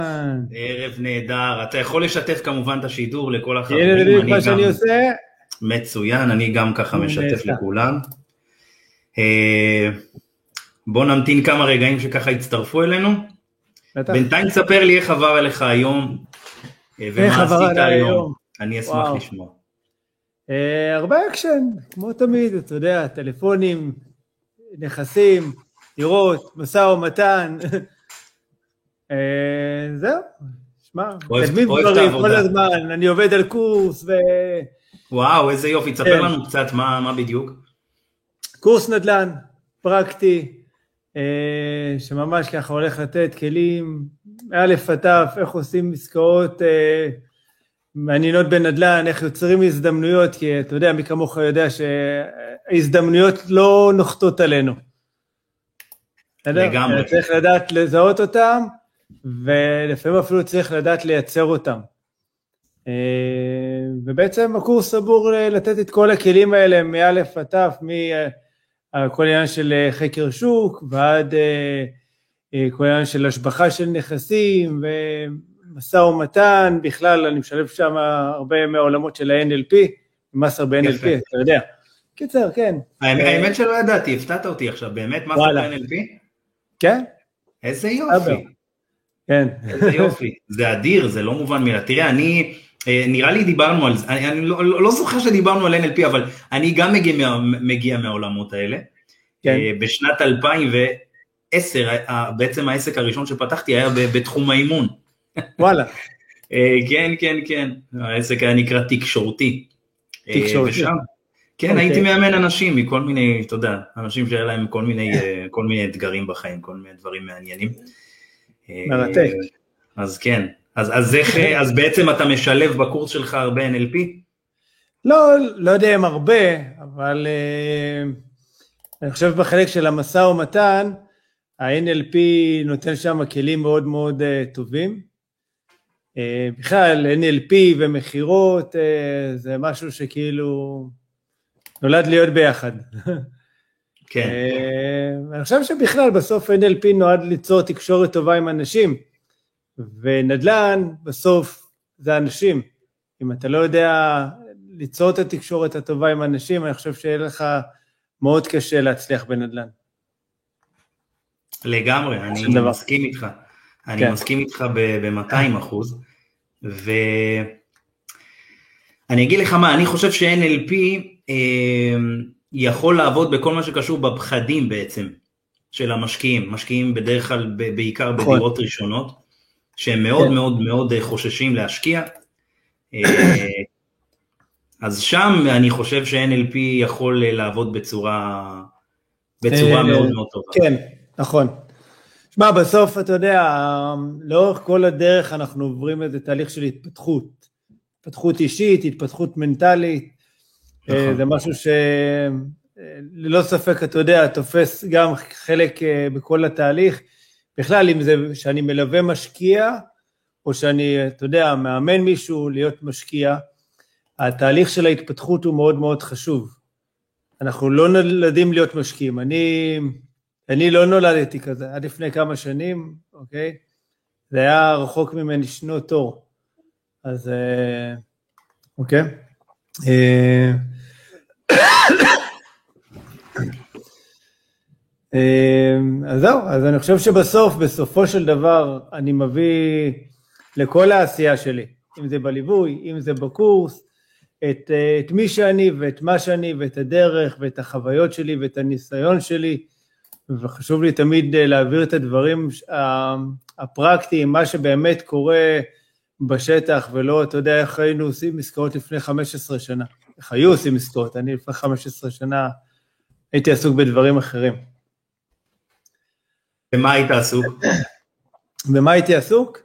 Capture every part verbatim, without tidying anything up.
ערב נהדר, אתה יכול לשתף כמובן את השידור לכל הנה החברים. בדיוק מה שאני עושה. מצוין, אני גם ככה משתף לכולם. בוא נמתין כמה רגעים שככה יצטרפו אלינו. בינתיים תספר לי איך עבר עליך היום, ומה עשית היום. אני אשמח לשמוע. הרבה אקשן, כמו תמיד, אתה יודע, טלפונים, נכסים, דירות, משא ומתן. זהו, שמע, תדמים דברים כל הזמן, אני עובד על קורס ו... וואו, איזה יופי, תספר לנו קצת מה בדיוק. קורס נדל"ן, פרקטי, שממש ככה הולך לתת כלים, א' עד ת', איך עושים עסקאות מעניינות בנדל"ן, איך יוצרים הזדמנויות, כי אתה יודע, מי כמוך יודע שההזדמנויות לא נוחתות עלינו. לגמרי. צריך לדעת לזהות אותם, ולפעמים אפילו צריך לדעת לייצר אותם. ובעצם הקורס סבור לתת את כל הכלים האלה, מאלף עד תף, מכל עניין של חקר שוק, ועד כל עניין של השבחה של נכסים, ומשא ומתן, בכלל אני משלב שם הרבה מהעולמות של ה-אן אל פי, מסר ב-אן אל פי, אתה יודע. קיצר, כן. האמת שלא ידעתי, הפתעת אותי עכשיו, באמת מסר ב-אן אל פי? כן. איזה יופי. כן. איזה יופי, זה אדיר, זה לא מובן מילה. תראה, אני, נראה לי דיברנו על זה, אני, אני לא, לא זוכר שדיברנו על אן אל פי, אבל אני גם מגיע, מגיע מהעולמות האלה. כן. בשנת אלפיים ועשר, בעצם העסק הראשון שפתחתי היה בתחום האימון. וואלה. כן, כן, כן. העסק היה נקרא תקשורתי. תקשורתי. ושם, כן, הייתי מאמן אנשים מכל מיני, אתה יודע, אנשים שהיה להם כל מיני, כל מיני אתגרים בחיים, כל מיני דברים מעניינים. מרתק. אז כן, אז, אז, איך, אז בעצם אתה משלב בקורס שלך הרבה אן אל פי? לא, לא יודע אם הרבה, אבל uh, אני חושב בחלק של המשא ומתן, ה-אן אל פי נותן שם כלים מאוד מאוד uh, טובים. Uh, בכלל, אן אל פי ומחירות, uh, זה משהו שכאילו נולד להיות ביחד. כן. אני חושב שבכלל בסוף אן אל פי נועד ליצור תקשורת טובה עם אנשים, ונדל"ן בסוף זה אנשים. אם אתה לא יודע ליצור את התקשורת הטובה עם אנשים, אני חושב שיהיה לך מאוד קשה להצליח בנדל"ן. לגמרי, אני מסכים איתך. אני מסכים איתך ב-מאתיים אחוז, ואני אגיד לך מה, אני חושב ש-אן אל פי יכול לעבוד בכל מה שקשור בפחדים בעצם, של המשקיעים, משקיעים בדרך כלל בעיקר בדירות ראשונות, שהם מאוד מאוד מאוד חוששים להשקיע, אז שם אני חושב ש-אן אל פי יכול לעבוד בצורה, בצורה מאוד מאוד טובה. כן, נכון. שמע, בסוף אתה יודע, לאורך כל הדרך אנחנו עוברים איזה תהליך של התפתחות, התפתחות אישית, התפתחות מנטלית, זה משהו שללא ספק, אתה יודע, תופס גם חלק בכל התהליך, בכלל אם זה שאני מלווה משקיע, או שאני, אתה יודע, מאמן מישהו להיות משקיע, התהליך של ההתפתחות הוא מאוד מאוד חשוב. אנחנו לא נולדים להיות משקיעים, אני, אני לא נולדתי כזה, עד לפני כמה שנים, אוקיי? זה היה רחוק ממני שנות אור, אז, אוקיי? אז זהו, אז אני חושב שבסוף, בסופו של דבר, אני מביא לכל העשייה שלי, אם זה בליווי, אם זה בקורס, את, את מי שאני ואת מה שאני ואת הדרך ואת החוויות שלי ואת הניסיון שלי, וחשוב לי תמיד להעביר את הדברים הפרקטיים, מה שבאמת קורה בשטח, ולא, אתה יודע, איך היינו עושים עסקאות לפני חמש עשרה שנה, איך היו עושים עסקאות, אני לפני חמש עשרה שנה הייתי עסוק בדברים אחרים. במה היית עסוק? במה הייתי עסוק?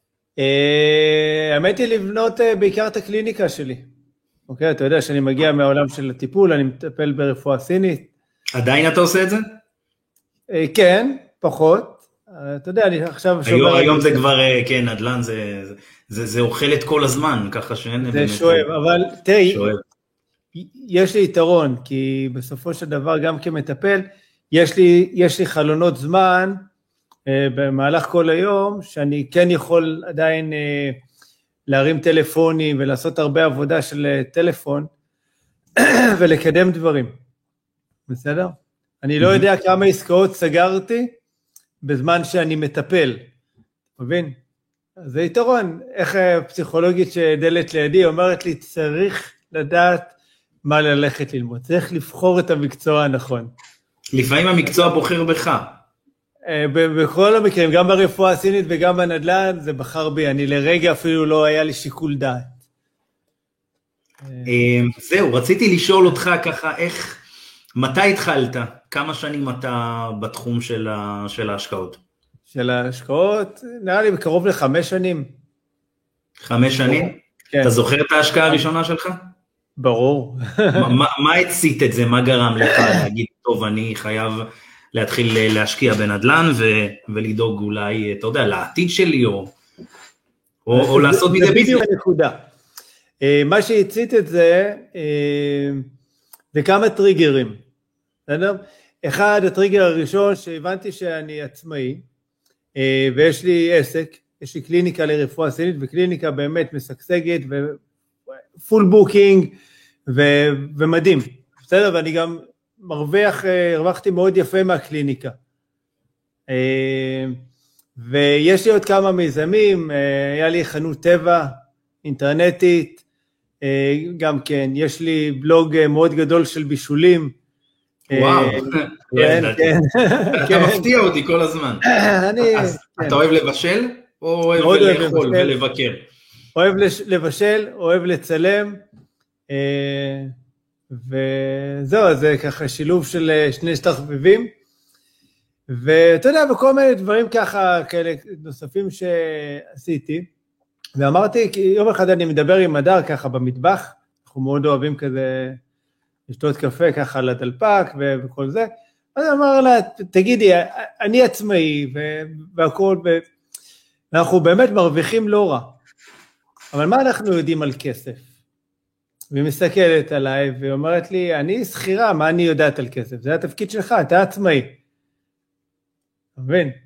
האמת היא לבנות בעיקר את הקליניקה שלי. אוקיי, אתה יודע שאני מגיע מהעולם של הטיפול, אני מטפל ברפואה סינית. עדיין אתה עושה את זה? כן, פחות. אתה יודע, אני עכשיו... היום, היום זה כבר, כן, נדל"ן זה, זה, זה אוכל את כל הזמן, ככה שאין... זה שואב, אבל תראי, יש לי יתרון, כי בסופו של דבר גם כמטפל, יש לי, יש לי חלונות זמן במהלך כל היום, שאני כן יכול עדיין להרים טלפונים ולעשות הרבה עבודה של טלפון, ולקדם דברים. בסדר? אני לא יודע כמה עסקאות סגרתי, בזמן שאני מטפל. מבין? זה יתרון. איך פסיכולוגית שדלת לידי אומרת לי, צריך לדעת מה ללכת ללמוד. צריך לבחור את המקצוע הנכון. לפעמים המקצוע בוחר בך. בכל המקרים, גם ברפואה הסינית וגם בנדל"ן, זה בחר בי. אני לרגע אפילו לא היה לי שיקול דעת. זהו, רציתי לשאול אותך ככה, איך, מתי התחלת? כמה שנים אתה בתחום של ההשקעות? של ההשקעות, נראה לי בקרוב לחמש שנים. חמש שנים? כן. אתה זוכר את ההשקעה הראשונה שלך? ברור. מה, מה הצית את זה? מה גרם לך להגיד, טוב, אני חייב להתחיל להשקיע בנדל"ן ולדאוג אולי, אתה יודע, לעתיד שלי, או, או, או לעשות מזה ביזנס? זה בדיוק הנקודה. מה שהצית את זה, זה כמה טריגרים. בסדר? אחד, הטריגר הראשון שהבנתי שאני עצמאי, ויש לי עסק, יש לי קליניקה לרפואה סינית, וקליניקה באמת משגשגת, ופול בוקינג, ו- ומדהים. בסדר? ואני גם מרוויח, הרווחתי מאוד יפה מהקליניקה. ויש לי עוד כמה מיזמים, היה לי חנות טבע, אינטרנטית, גם כן, יש לי בלוג מאוד גדול של בישולים. וואו, כן, כן. אתה מפתיע אותי כל הזמן. אתה אוהב לבשל או אוהב לאכול ולבקר? אוהב לבשל, אוהב לצלם, וזהו, זה ככה שילוב של שני תחביבים, ואתה יודע, בכל מיני דברים ככה, כאלה נוספים שעשיתי, ואמרתי, כי יום אחד אני מדבר עם הדר ככה במטבח, אנחנו מאוד אוהבים כזה, לשתות קפה ככה על הדלפק וכל זה, אז אמר לה, תגידי, אני עצמאי והכל, ואנחנו באמת מרוויחים לא רע, אבל מה אנחנו יודעים על כסף? והיא מסתכלת עליי ואומרת לי, אני שכירה, מה אני יודעת על כסף? זה התפקיד שלך, אתה עצמאי. מבין?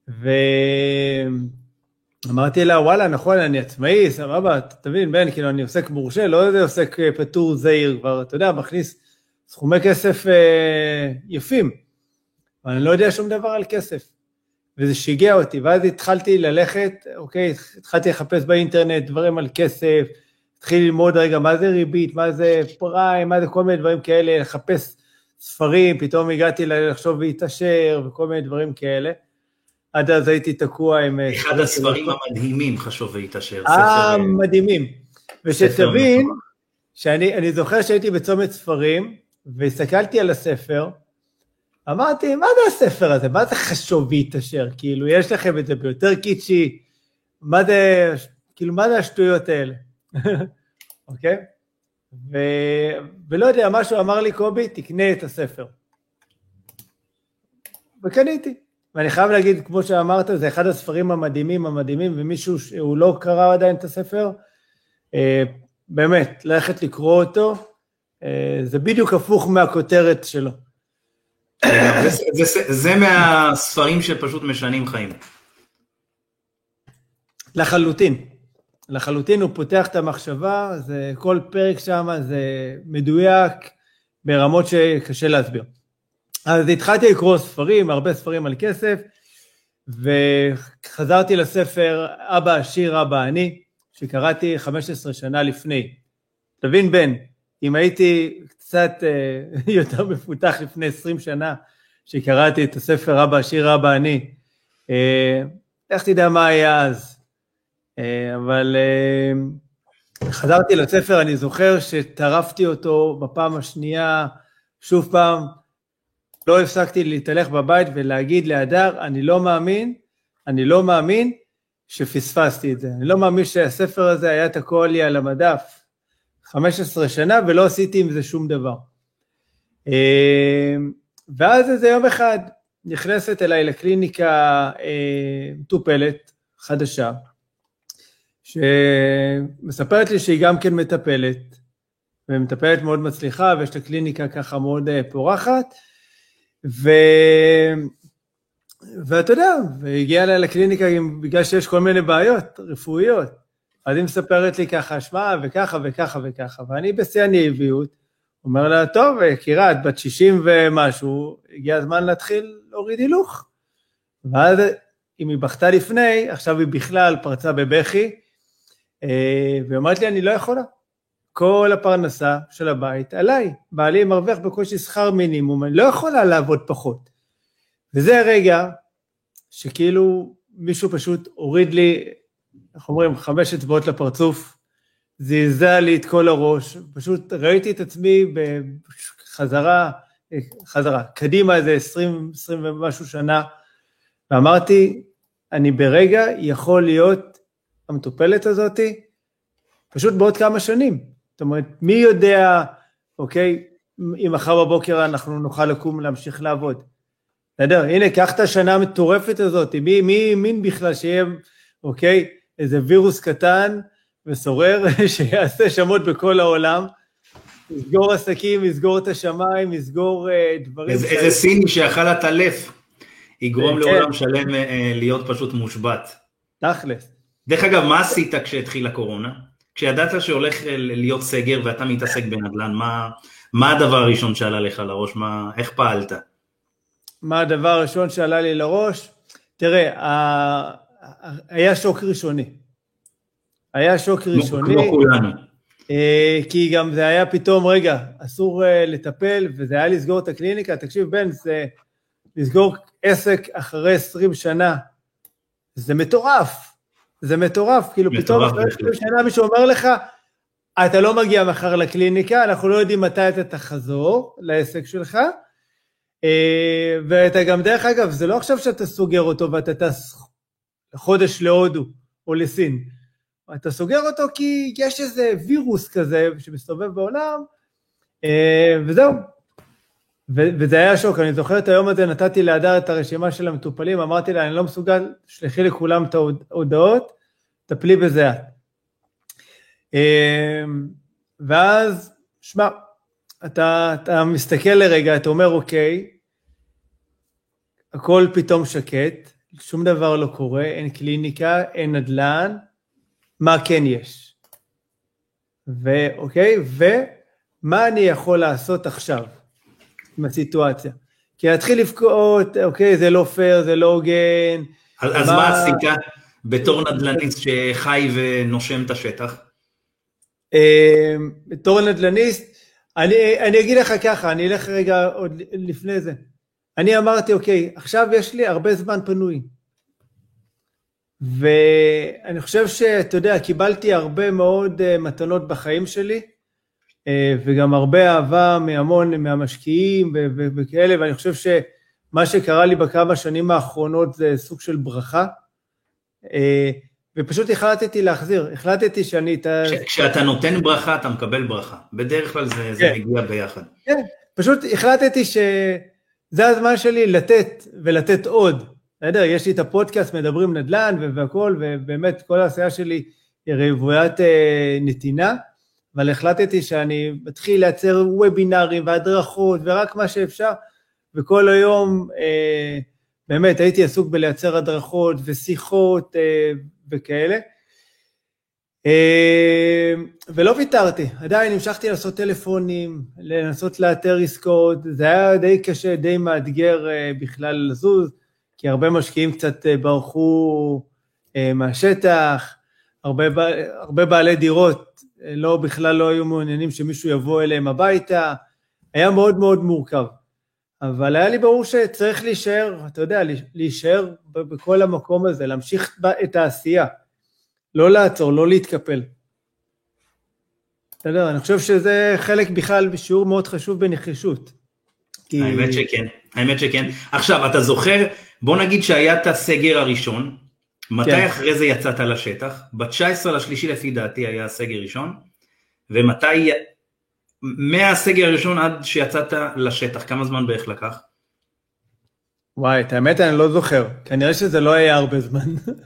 ואמרתי לה, וואלה, נכון, אני עצמאי, סבבה, תבין, בן, כאילו אני עוסק מורשה, לא יודע, עוסק פטור זהיר, כבר, אתה יודע, מכניס סכומי כסף אה, יפים, אבל אני לא יודע שום דבר על כסף. וזה שיגע אותי, ואז התחלתי ללכת, אוקיי, התחלתי לחפש באינטרנט דברים על כסף, התחיל ללמוד רגע מה זה ריבית, מה זה פריים, מה זה כל מיני דברים כאלה, לחפש ספרים, פתאום הגעתי לחשוב והתעשר, וכל מיני דברים כאלה. עד אז הייתי תקוע עם... אחד הספרים המדהימים, חשוב והתעשר. אה, מדהימים. ושתבין, שאני זוכר שהייתי בצומת ספרים, והסתכלתי על הספר, אמרתי, מה זה הספר הזה? מה זה חשוב והתעשר? כאילו, יש לכם את זה ביותר קיצ'י, מה זה, כאילו, מה זה השטויות האלה? אוקיי? ו... ולא יודע, משהו אמר לי, קובי, תקנה את הספר. וקניתי. ואני חייב להגיד, כמו שאמרת, זה אחד הספרים המדהימים, המדהימים, ומישהו שהוא לא קרא עדיין את הספר, באמת, ללכת לקרוא אותו, זה בדיוק הפוך מהכותרת שלו. זה, זה, זה מהספרים שפשוט משנים חיים. לחלוטין. לחלוטין הוא פותח את המחשבה, זה, כל פרק שם זה מדויק, ברמות שקשה להסביר. אז התחלתי לקרוא ספרים, הרבה ספרים על כסף, וחזרתי לספר אבא עשיר, אבא עני, שקראתי חמש עשרה שנה לפני. תבין בן, אם הייתי קצת אה, יותר מפותח לפני עשרים שנה, שקראתי את הספר אבא עשיר, אבא עני, אה, איך תדע מה היה אז? אה, אבל אה, חזרתי לספר, אני זוכר שטרפתי אותו בפעם השנייה, שוב פעם, לא הפסקתי להתהלך בבית ולהגיד להדר, אני לא מאמין, אני לא מאמין שפספסתי את זה. אני לא מאמין שהספר הזה היה תקוע לי על המדף חמש עשרה שנה ולא עשיתי עם זה שום דבר. ואז איזה יום אחד נכנסת אליי לקליניקה מטופלת חדשה, שמספרת לי שהיא גם כן מטפלת, ומטפלת מאוד מצליחה, ויש לה קליניקה ככה מאוד פורחת, ואתה יודע, והגיע אליי לקליניקה בגלל שיש כל מיני בעיות רפואיות, אז היא מספרת לי ככה, שמע, וככה וככה וככה, ואני בשיא הנאיביות, אומר לה, טוב, יקירה, את בת שישים ומשהו, הגיע הזמן להתחיל להוריד הילוך. ואז אם היא בכתה לפני, עכשיו היא בכלל פרצה בבכי, והיא אומרת לי, אני לא יכולה. כל הפרנסה של הבית עליי, בעלי מרוויח בקושי שכר מינימום, אני לא יכולה לעבוד פחות. וזה הרגע שכאילו מישהו פשוט הוריד לי, איך אומרים, חמש אצבעות לפרצוף, זעזע לי את כל הראש, פשוט ראיתי את עצמי בחזרה, חזרה, קדימה איזה עשרים, עשרים ומשהו שנה, ואמרתי, אני ברגע יכול להיות המטופלת הזאת, פשוט בעוד כמה שנים. זאת אומרת, מי יודע, אוקיי, אם מחר בבוקר אנחנו נוכל לקום להמשיך לעבוד. בסדר, הנה, קח את השנה המטורפת הזאת, מי, מי, מין בכלל שיהיה, אוקיי, איזה וירוס קטן וסורר, שיעשה שמות בכל העולם, יסגור עסקים, יסגור את השמיים, יסגור uh, דברים. איזה, איזה סיני שאכל הטלף, יגרום לעולם שלם uh, להיות פשוט מושבת. תכלס. דרך אגב, מה עשית כשהתחיל הקורונה? כשידעת שהולך להיות סגר ואתה מתעסק בנדל"ן, מה, מה הדבר הראשון שעלה לך לראש? מה, איך פעלת? מה הדבר הראשון שעלה לי לראש? תראה, היה שוק ראשוני. היה שוק ראשוני. כמו כולנו. כי גם זה היה פתאום, רגע, אסור לטפל, וזה היה לסגור את הקליניקה. תקשיב, בן, זה לסגור עסק אחרי עשרים שנה. זה מטורף. זה מטורף. כאילו פתאום אחרי עשרים שנה מישהו אומר לך, אתה לא מגיע מחר לקליניקה, אנחנו לא יודעים מתי אתה תחזור לעסק שלך, ואתה גם דרך אגב, זה לא עכשיו שאתה סוגר אותו ואתה טס חודש להודו או לסין, אתה סוגר אותו כי יש איזה וירוס כזה שמסתובב בעולם, וזהו. וזה היה שוק, אני זוכר את היום הזה, נתתי להדר את הרשימה של המטופלים, אמרתי לה, אני לא מסוגל, שלחי לכולם את ההודעות, טפלי בזה את. ואז, שמע, אתה, אתה מסתכל לרגע, אתה אומר, אוקיי, הכל פתאום שקט, שום דבר לא קורה, אין קליניקה, אין נדל"ן, מה כן יש? ואוקיי, ומה אני יכול לעשות עכשיו עם הסיטואציה? כי להתחיל לבכות, אוקיי, זה לא פייר, זה לא הוגן. אז, אז מה עשית בתור נדל"ניסט שחי ונושם את השטח? בתור נדל"ניסט, אני, אני אגיד לך ככה, אני אלך רגע עוד לפני זה. אני אמרתי, אוקיי, עכשיו יש לי הרבה זמן פנוי. ואני חושב שאתה יודע, קיבלתי הרבה מאוד מתנות בחיים שלי, וגם הרבה אהבה מהמון, מהמשקיעים וכאלה, ואני חושב שמה שקרה לי בכמה שנים האחרונות זה סוג של ברכה, ופשוט החלטתי להחזיר, החלטתי שאני... כשאתה נותן ברכה, אתה מקבל ברכה. בדרך כלל זה, זה מגיע ביחד. כן, פשוט החלטתי שזה הזמן שלי לתת ולתת עוד. בסדר, יש לי את הפודקאסט, מדברים נדל"ן והכל, ובאמת כל העשייה שלי היא רוויית נתינה, אבל החלטתי שאני מתחיל לייצר וובינרים והדרכות ורק מה שאפשר, וכל היום באמת הייתי עסוק בלייצר הדרכות ושיחות וכאלה, ולא ויתרתי, עדיין המשכתי לעשות טלפונים, לנסות לאתר עסקאות, זה היה די קשה, די מאתגר בכלל לזוז, כי הרבה משקיעים קצת ברחו מהשטח, הרבה, הרבה בעלי דירות לא, בכלל לא היו מעוניינים שמישהו יבוא אליהם הביתה, היה מאוד מאוד מורכב, אבל היה לי ברור שצריך להישאר, אתה יודע, להישאר בכל המקום הזה, להמשיך את העשייה, לא לעצור, לא להתקפל. אתה יודע, אני חושב שזה חלק בכלל בשיעור מאוד חשוב בנחישות. כי... האמת שכן, האמת שכן. עכשיו, אתה זוכר, בוא נגיד שהיה את הסגר הראשון, מתי כן. אחרי זה יצאת לשטח? ב-תשעה עשר לשלישי לפי דעתי היה הסגר ראשון, ומתי, מהסגר הראשון עד שיצאת לשטח, כמה זמן בערך לקח? וואי, את האמת אני לא זוכר, כנראה שזה לא היה הרבה זמן.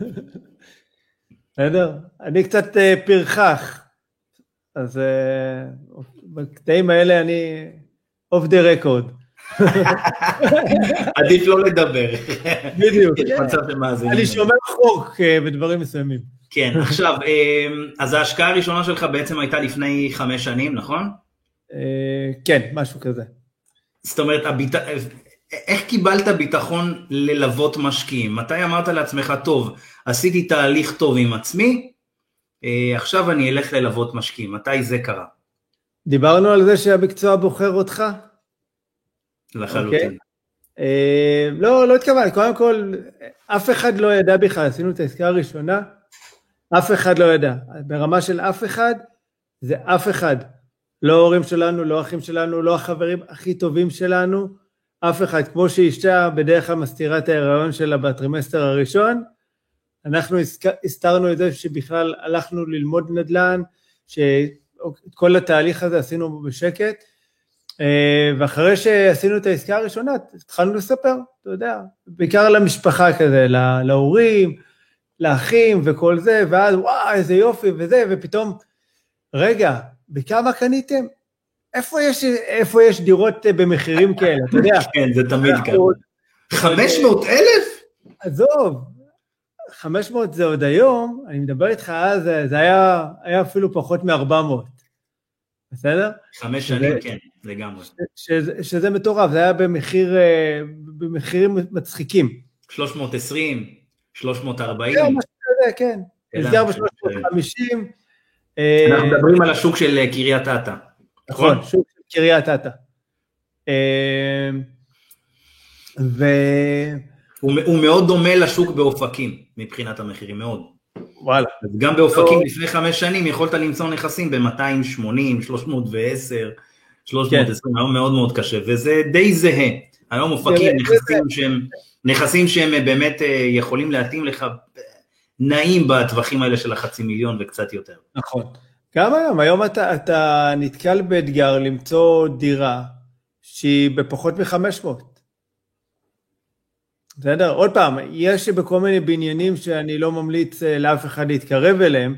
בסדר? אני קצת uh, פרחח, אז uh, בקטעים האלה אני off the record. עדיף לא לדבר. בדיוק. אני שומר חוק בדברים מסוימים. כן, עכשיו, אז ההשקעה הראשונה שלך בעצם הייתה לפני חמש שנים, נכון? כן, משהו כזה. זאת אומרת, איך קיבלת ביטחון ללוות משקיעים? מתי אמרת לעצמך, טוב, עשיתי תהליך טוב עם עצמי, עכשיו אני אלך ללוות משקיעים, מתי זה קרה? דיברנו על זה שהמקצוע בוחר אותך? לחלוטין. לא, לא התכוון, קודם כל, אף אחד לא ידע בכלל, עשינו את העסקה הראשונה, אף אחד לא ידע, ברמה של אף אחד, זה אף אחד, לא ההורים שלנו, לא האחים שלנו, לא החברים הכי טובים שלנו, אף אחד, כמו שאישה בדרך כלל מסתירה את ההיריון שלה בטרימסטר הראשון, אנחנו הסתרנו את זה שבכלל הלכנו ללמוד נדל"ן, שאת כל התהליך הזה עשינו בשקט, ואחרי שעשינו את העסקה הראשונה, התחלנו לספר, אתה יודע, בעיקר למשפחה כזה, להורים, לאחים וכל זה, ואז וואו, איזה יופי וזה, ופתאום, רגע, בכמה קניתם? איפה יש, איפה יש דירות במחירים כאלה, אתה יודע? כן, זה תמיד ככה. חמש מאות אלף? עזוב, חמש מאות זה עוד היום, אני מדבר איתך אז, זה היה, היה אפילו פחות מ-ארבע מאות. בסדר? חמש שנים, כן, לגמרי. שזה, שזה מטורף, זה היה במחיר, במחירים מצחיקים. שלוש מאות ועשרים, שלוש מאות וארבעים. כן, משהו כזה, כן. נסגר ב-שלוש מאות וחמישים. אנחנו מדברים על השוק של קריית אתא. נכון, שוק של קריית אתא. ו... הוא מאוד דומה לשוק באופקים, מבחינת המחירים, מאוד. וואלה. גם באופקים לפני חמש שנים יכולת למצוא נכסים ב-מאתיים ושמונים, שלוש מאות ועשר, שלוש מאות ועשרים, היום מאוד מאוד קשה, וזה די זהה. היום אופקים נכסים שהם, נכסים שהם באמת יכולים להתאים לך נעים בטווחים האלה של החצי מיליון וקצת יותר. נכון. גם היום, היום אתה, אתה נתקל באתגר למצוא דירה שהיא בפחות מ-חמש מאות. בסדר? עוד פעם, יש בכל מיני בניינים שאני לא ממליץ לאף אחד להתקרב אליהם,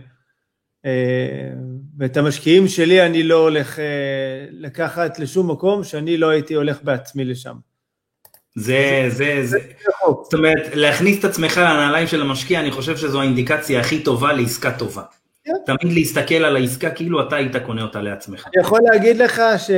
ואת המשקיעים שלי אני לא הולך לקחת לשום מקום שאני לא הייתי הולך בעצמי לשם. זה, זה, זה, זאת אומרת, להכניס את עצמך לנעליים של המשקיע, אני חושב שזו האינדיקציה הכי טובה לעסקה טובה. תמיד להסתכל על העסקה כאילו אתה היית קונה אותה לעצמך. אני יכול להגיד לך ש...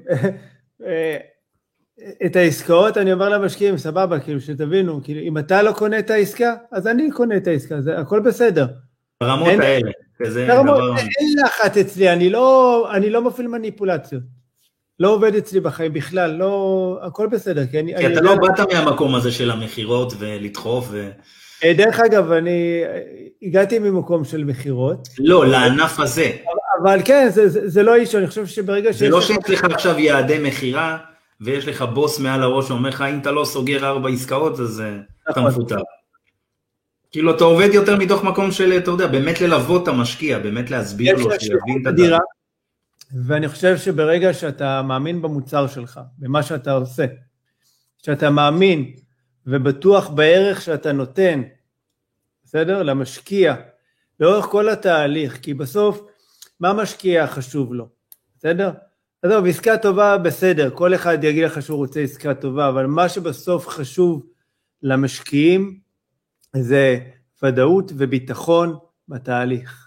את העסקאות אני אומר למשקיעים, סבבה, כאילו שתבינו, כאילו אם אתה לא קונה את העסקה, אז אני קונה את העסקה, זה הכל בסדר. ברמות האלה, כזה דבר... אין לחת אצלי, אני לא, אני לא מפעיל מניפולציות. לא עובד אצלי בחיים בכלל, לא, הכל בסדר. כי, אני, כי אני אתה לא באת מהמקום הזה של המחירות ולדחוף ו... דרך אגב, אני הגעתי ממקום של מחירות. לא, לענף הזה. אבל כן, זה, זה, זה לא אישו, אני חושב שברגע ש... זה לא שיש לך עכשיו יעדי מחירה, ויש לך בוס מעל הראש שאומר לך, אם אתה לא סוגר ארבע עסקאות, אז אתה מפוטר. כאילו, אתה עובד יותר מתוך מקום של, אתה יודע, באמת ללוות את המשקיע, באמת להסביר לו, שיבין את הדירה. ואני חושב שברגע שאתה מאמין במוצר שלך, במה שאתה עושה, שאתה מאמין ובטוח בערך שאתה נותן, בסדר? למשקיע, לאורך כל התהליך, כי בסוף, מה משקיע חשוב לו? בסדר? אז טוב, עסקה טובה בסדר, כל אחד יגיד לך שהוא רוצה עסקה טובה, אבל מה שבסוף חשוב למשקיעים, זה ודאות וביטחון בתהליך.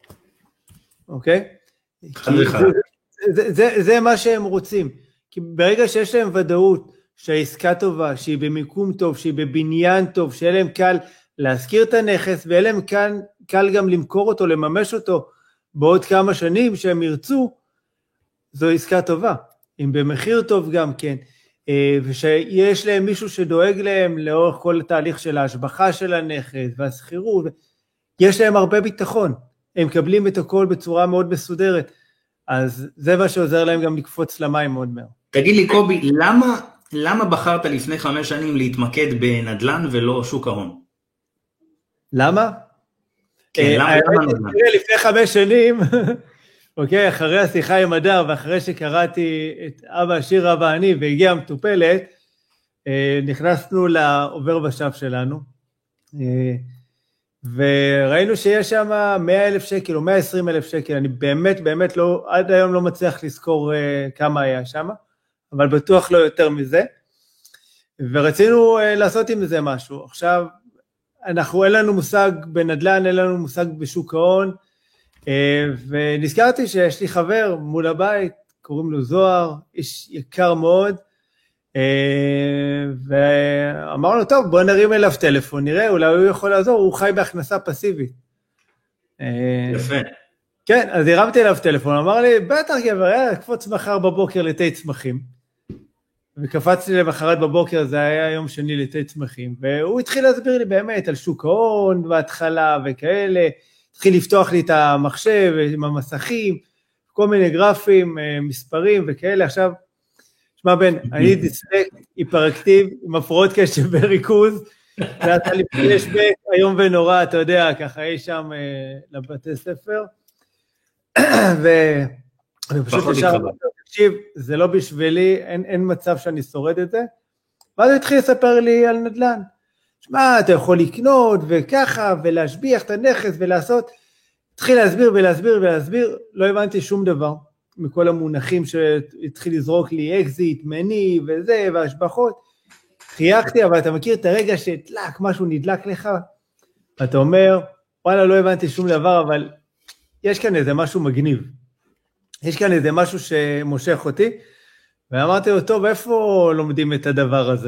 אוקיי? זה, זה, זה, זה מה שהם רוצים, כי ברגע שיש להם ודאות, שהעסקה טובה, שהיא במיקום טוב, שהיא בבניין טוב, שיהיה להם קל להזכיר את הנכס, ויהיה להם קל, קל גם למכור אותו, לממש אותו, בעוד כמה שנים שהם ירצו, זו עסקה טובה, אם במחיר טוב גם כן, ושיש להם מישהו שדואג להם לאורך כל התהליך של ההשבחה של הנכס והסחירות, יש להם הרבה ביטחון, הם מקבלים את הכל בצורה מאוד מסודרת, אז זה מה שעוזר להם גם לקפוץ למים מאוד מהר. תגיד לי קובי, למה, למה בחרת לפני חמש שנים להתמקד בנדל"ן ולא שוק ההון? למה? כן, למה, למה נדל"ן? לפני חמש שנים, אוקיי, אחרי השיחה עם הדר, ואחרי שקראתי את אבא עשיר אבא אני, והגיעה המטופלת, נכנסנו לעובר ושב שלנו, וראינו שיש שם מאה אלף שקל או מאה ועשרים אלף שקל, אני באמת באמת לא, עד היום לא מצליח לזכור כמה היה שם, אבל בטוח לא יותר מזה, ורצינו לעשות עם זה משהו. עכשיו, אנחנו, אין לנו מושג בנדל"ן, אין לנו מושג בשוק ההון, ונזכרתי שיש לי חבר מול הבית, קוראים לו זוהר, איש יקר מאוד, ואמר לו, טוב, בוא נרים אליו טלפון, נראה, אולי הוא יכול לעזור, הוא חי בהכנסה פסיבית. יפה. כן, אז הרמתי אליו טלפון, אמר לי, בטח גבר, היה קפוץ מחר בבוקר לתי צמחים, וקפצתי למחרת בבוקר, זה היה יום שני לתי צמחים, והוא התחיל להסביר לי באמת על שוק ההון בהתחלה וכאלה, התחיל לפתוח לי את המחשב עם המסכים, כל מיני גרפים, מספרים וכאלה. עכשיו, שמע בן, אני דיסלקט, היפראקטיב, עם הפרעות קשב וריכוז, זה עשה לי פלשבק, היום ונורא, אתה יודע, ככה אי שם לבתי ספר, ואני פשוט ישר, תקשיב, זה לא בשבילי, אין, אין מצב שאני שורד את זה, ואז הוא התחיל לספר לי על נדל"ן, שמע, אתה יכול לקנות וככה, ולהשביח את הנכס ולעשות, התחיל להסביר ולהסביר ולהסביר, לא הבנתי שום דבר, מכל המונחים שהתחיל לזרוק לי אקזיט, מני וזה, והשבחות, חייכתי, אבל אתה מכיר את הרגע שהתלק, משהו נדלק לך, אתה אומר, וואלה, לא הבנתי שום דבר, אבל יש כאן איזה משהו מגניב, יש כאן איזה משהו שמושך אותי, ואמרתי לו, טוב, איפה לומדים את הדבר הזה?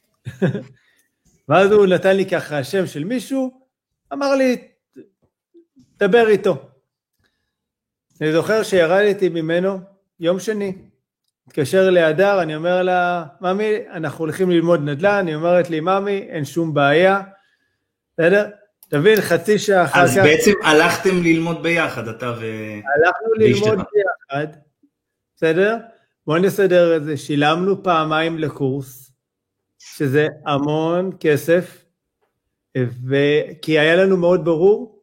ואז הוא נתן לי ככה שם של מישהו, אמר לי, דבר איתו. אני זוכר שירדתי ממנו יום שני, התקשר להדר, אני אומר לה, ממי, אנחנו הולכים ללמוד נדל"ן, היא אומרת לי, ממי, אין שום בעיה, בסדר? תבין, חצי שעה אחר כך. אז בעצם הלכתם ללמוד ביחד, אתה ו... הלכנו ללמוד ביחד, בסדר? בואו נסדר את זה, שילמנו פעמיים לקורס, שזה המון כסף, כי היה לנו מאוד ברור,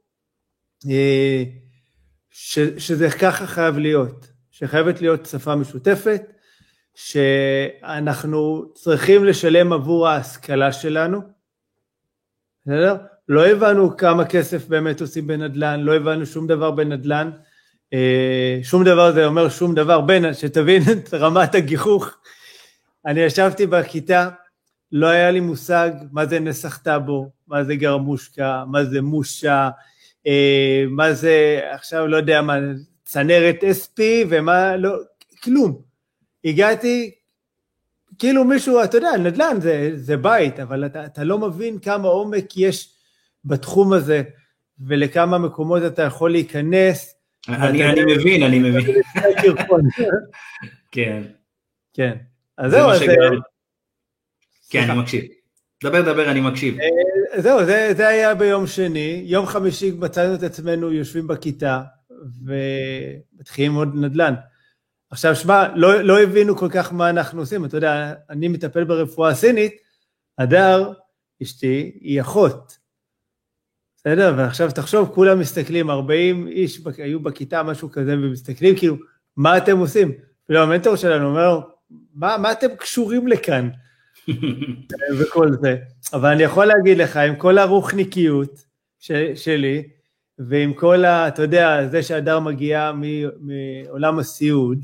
ש, שזה ככה חייב להיות, שחייבת להיות שפה משותפת, שאנחנו צריכים לשלם עבור ההשכלה שלנו, בסדר? לא הבנו כמה כסף באמת עושים בנדל"ן, לא הבנו שום דבר בנדל"ן, שום דבר זה אומר שום דבר, בין, שתבין את רמת הגיחוך, אני ישבתי בכיתה, לא היה לי מושג מה זה נסח טאבו, מה זה גרמושקה, מה זה מושה, מה זה, עכשיו לא יודע מה, צנרת אס פי ומה, לא, כלום. הגעתי, כאילו מישהו, אתה יודע, נדל"ן זה, זה בית, אבל אתה, אתה לא מבין כמה עומק יש בתחום הזה, ולכמה מקומות אתה יכול להיכנס. אני, אני מבין, אני מבין. כן. כן. אז זהו, אז... כן, אני מקשיב. דבר, דבר, אני מקשיב. זהו, זה, זה היה ביום שני, יום חמישי מצאנו את עצמנו יושבים בכיתה, ומתחילים עוד נדל"ן. עכשיו, שמה, לא, לא הבינו כל כך מה אנחנו עושים, אתה יודע, אני מטפל ברפואה סינית, הדר, אשתי, היא אחות. בסדר? ועכשיו תחשוב, כולם מסתכלים, ארבעים איש היו בכיתה, משהו כזה, ומסתכלים, כאילו, מה אתם עושים? ולא, המנטור שלנו אומר, מה, מה אתם קשורים לכאן? וכל זה. אבל אני יכול להגיד לך, עם כל הרוחניקיות שלי, ועם כל ה, אתה יודע, זה שהדר מגיע מעולם הסיעוד,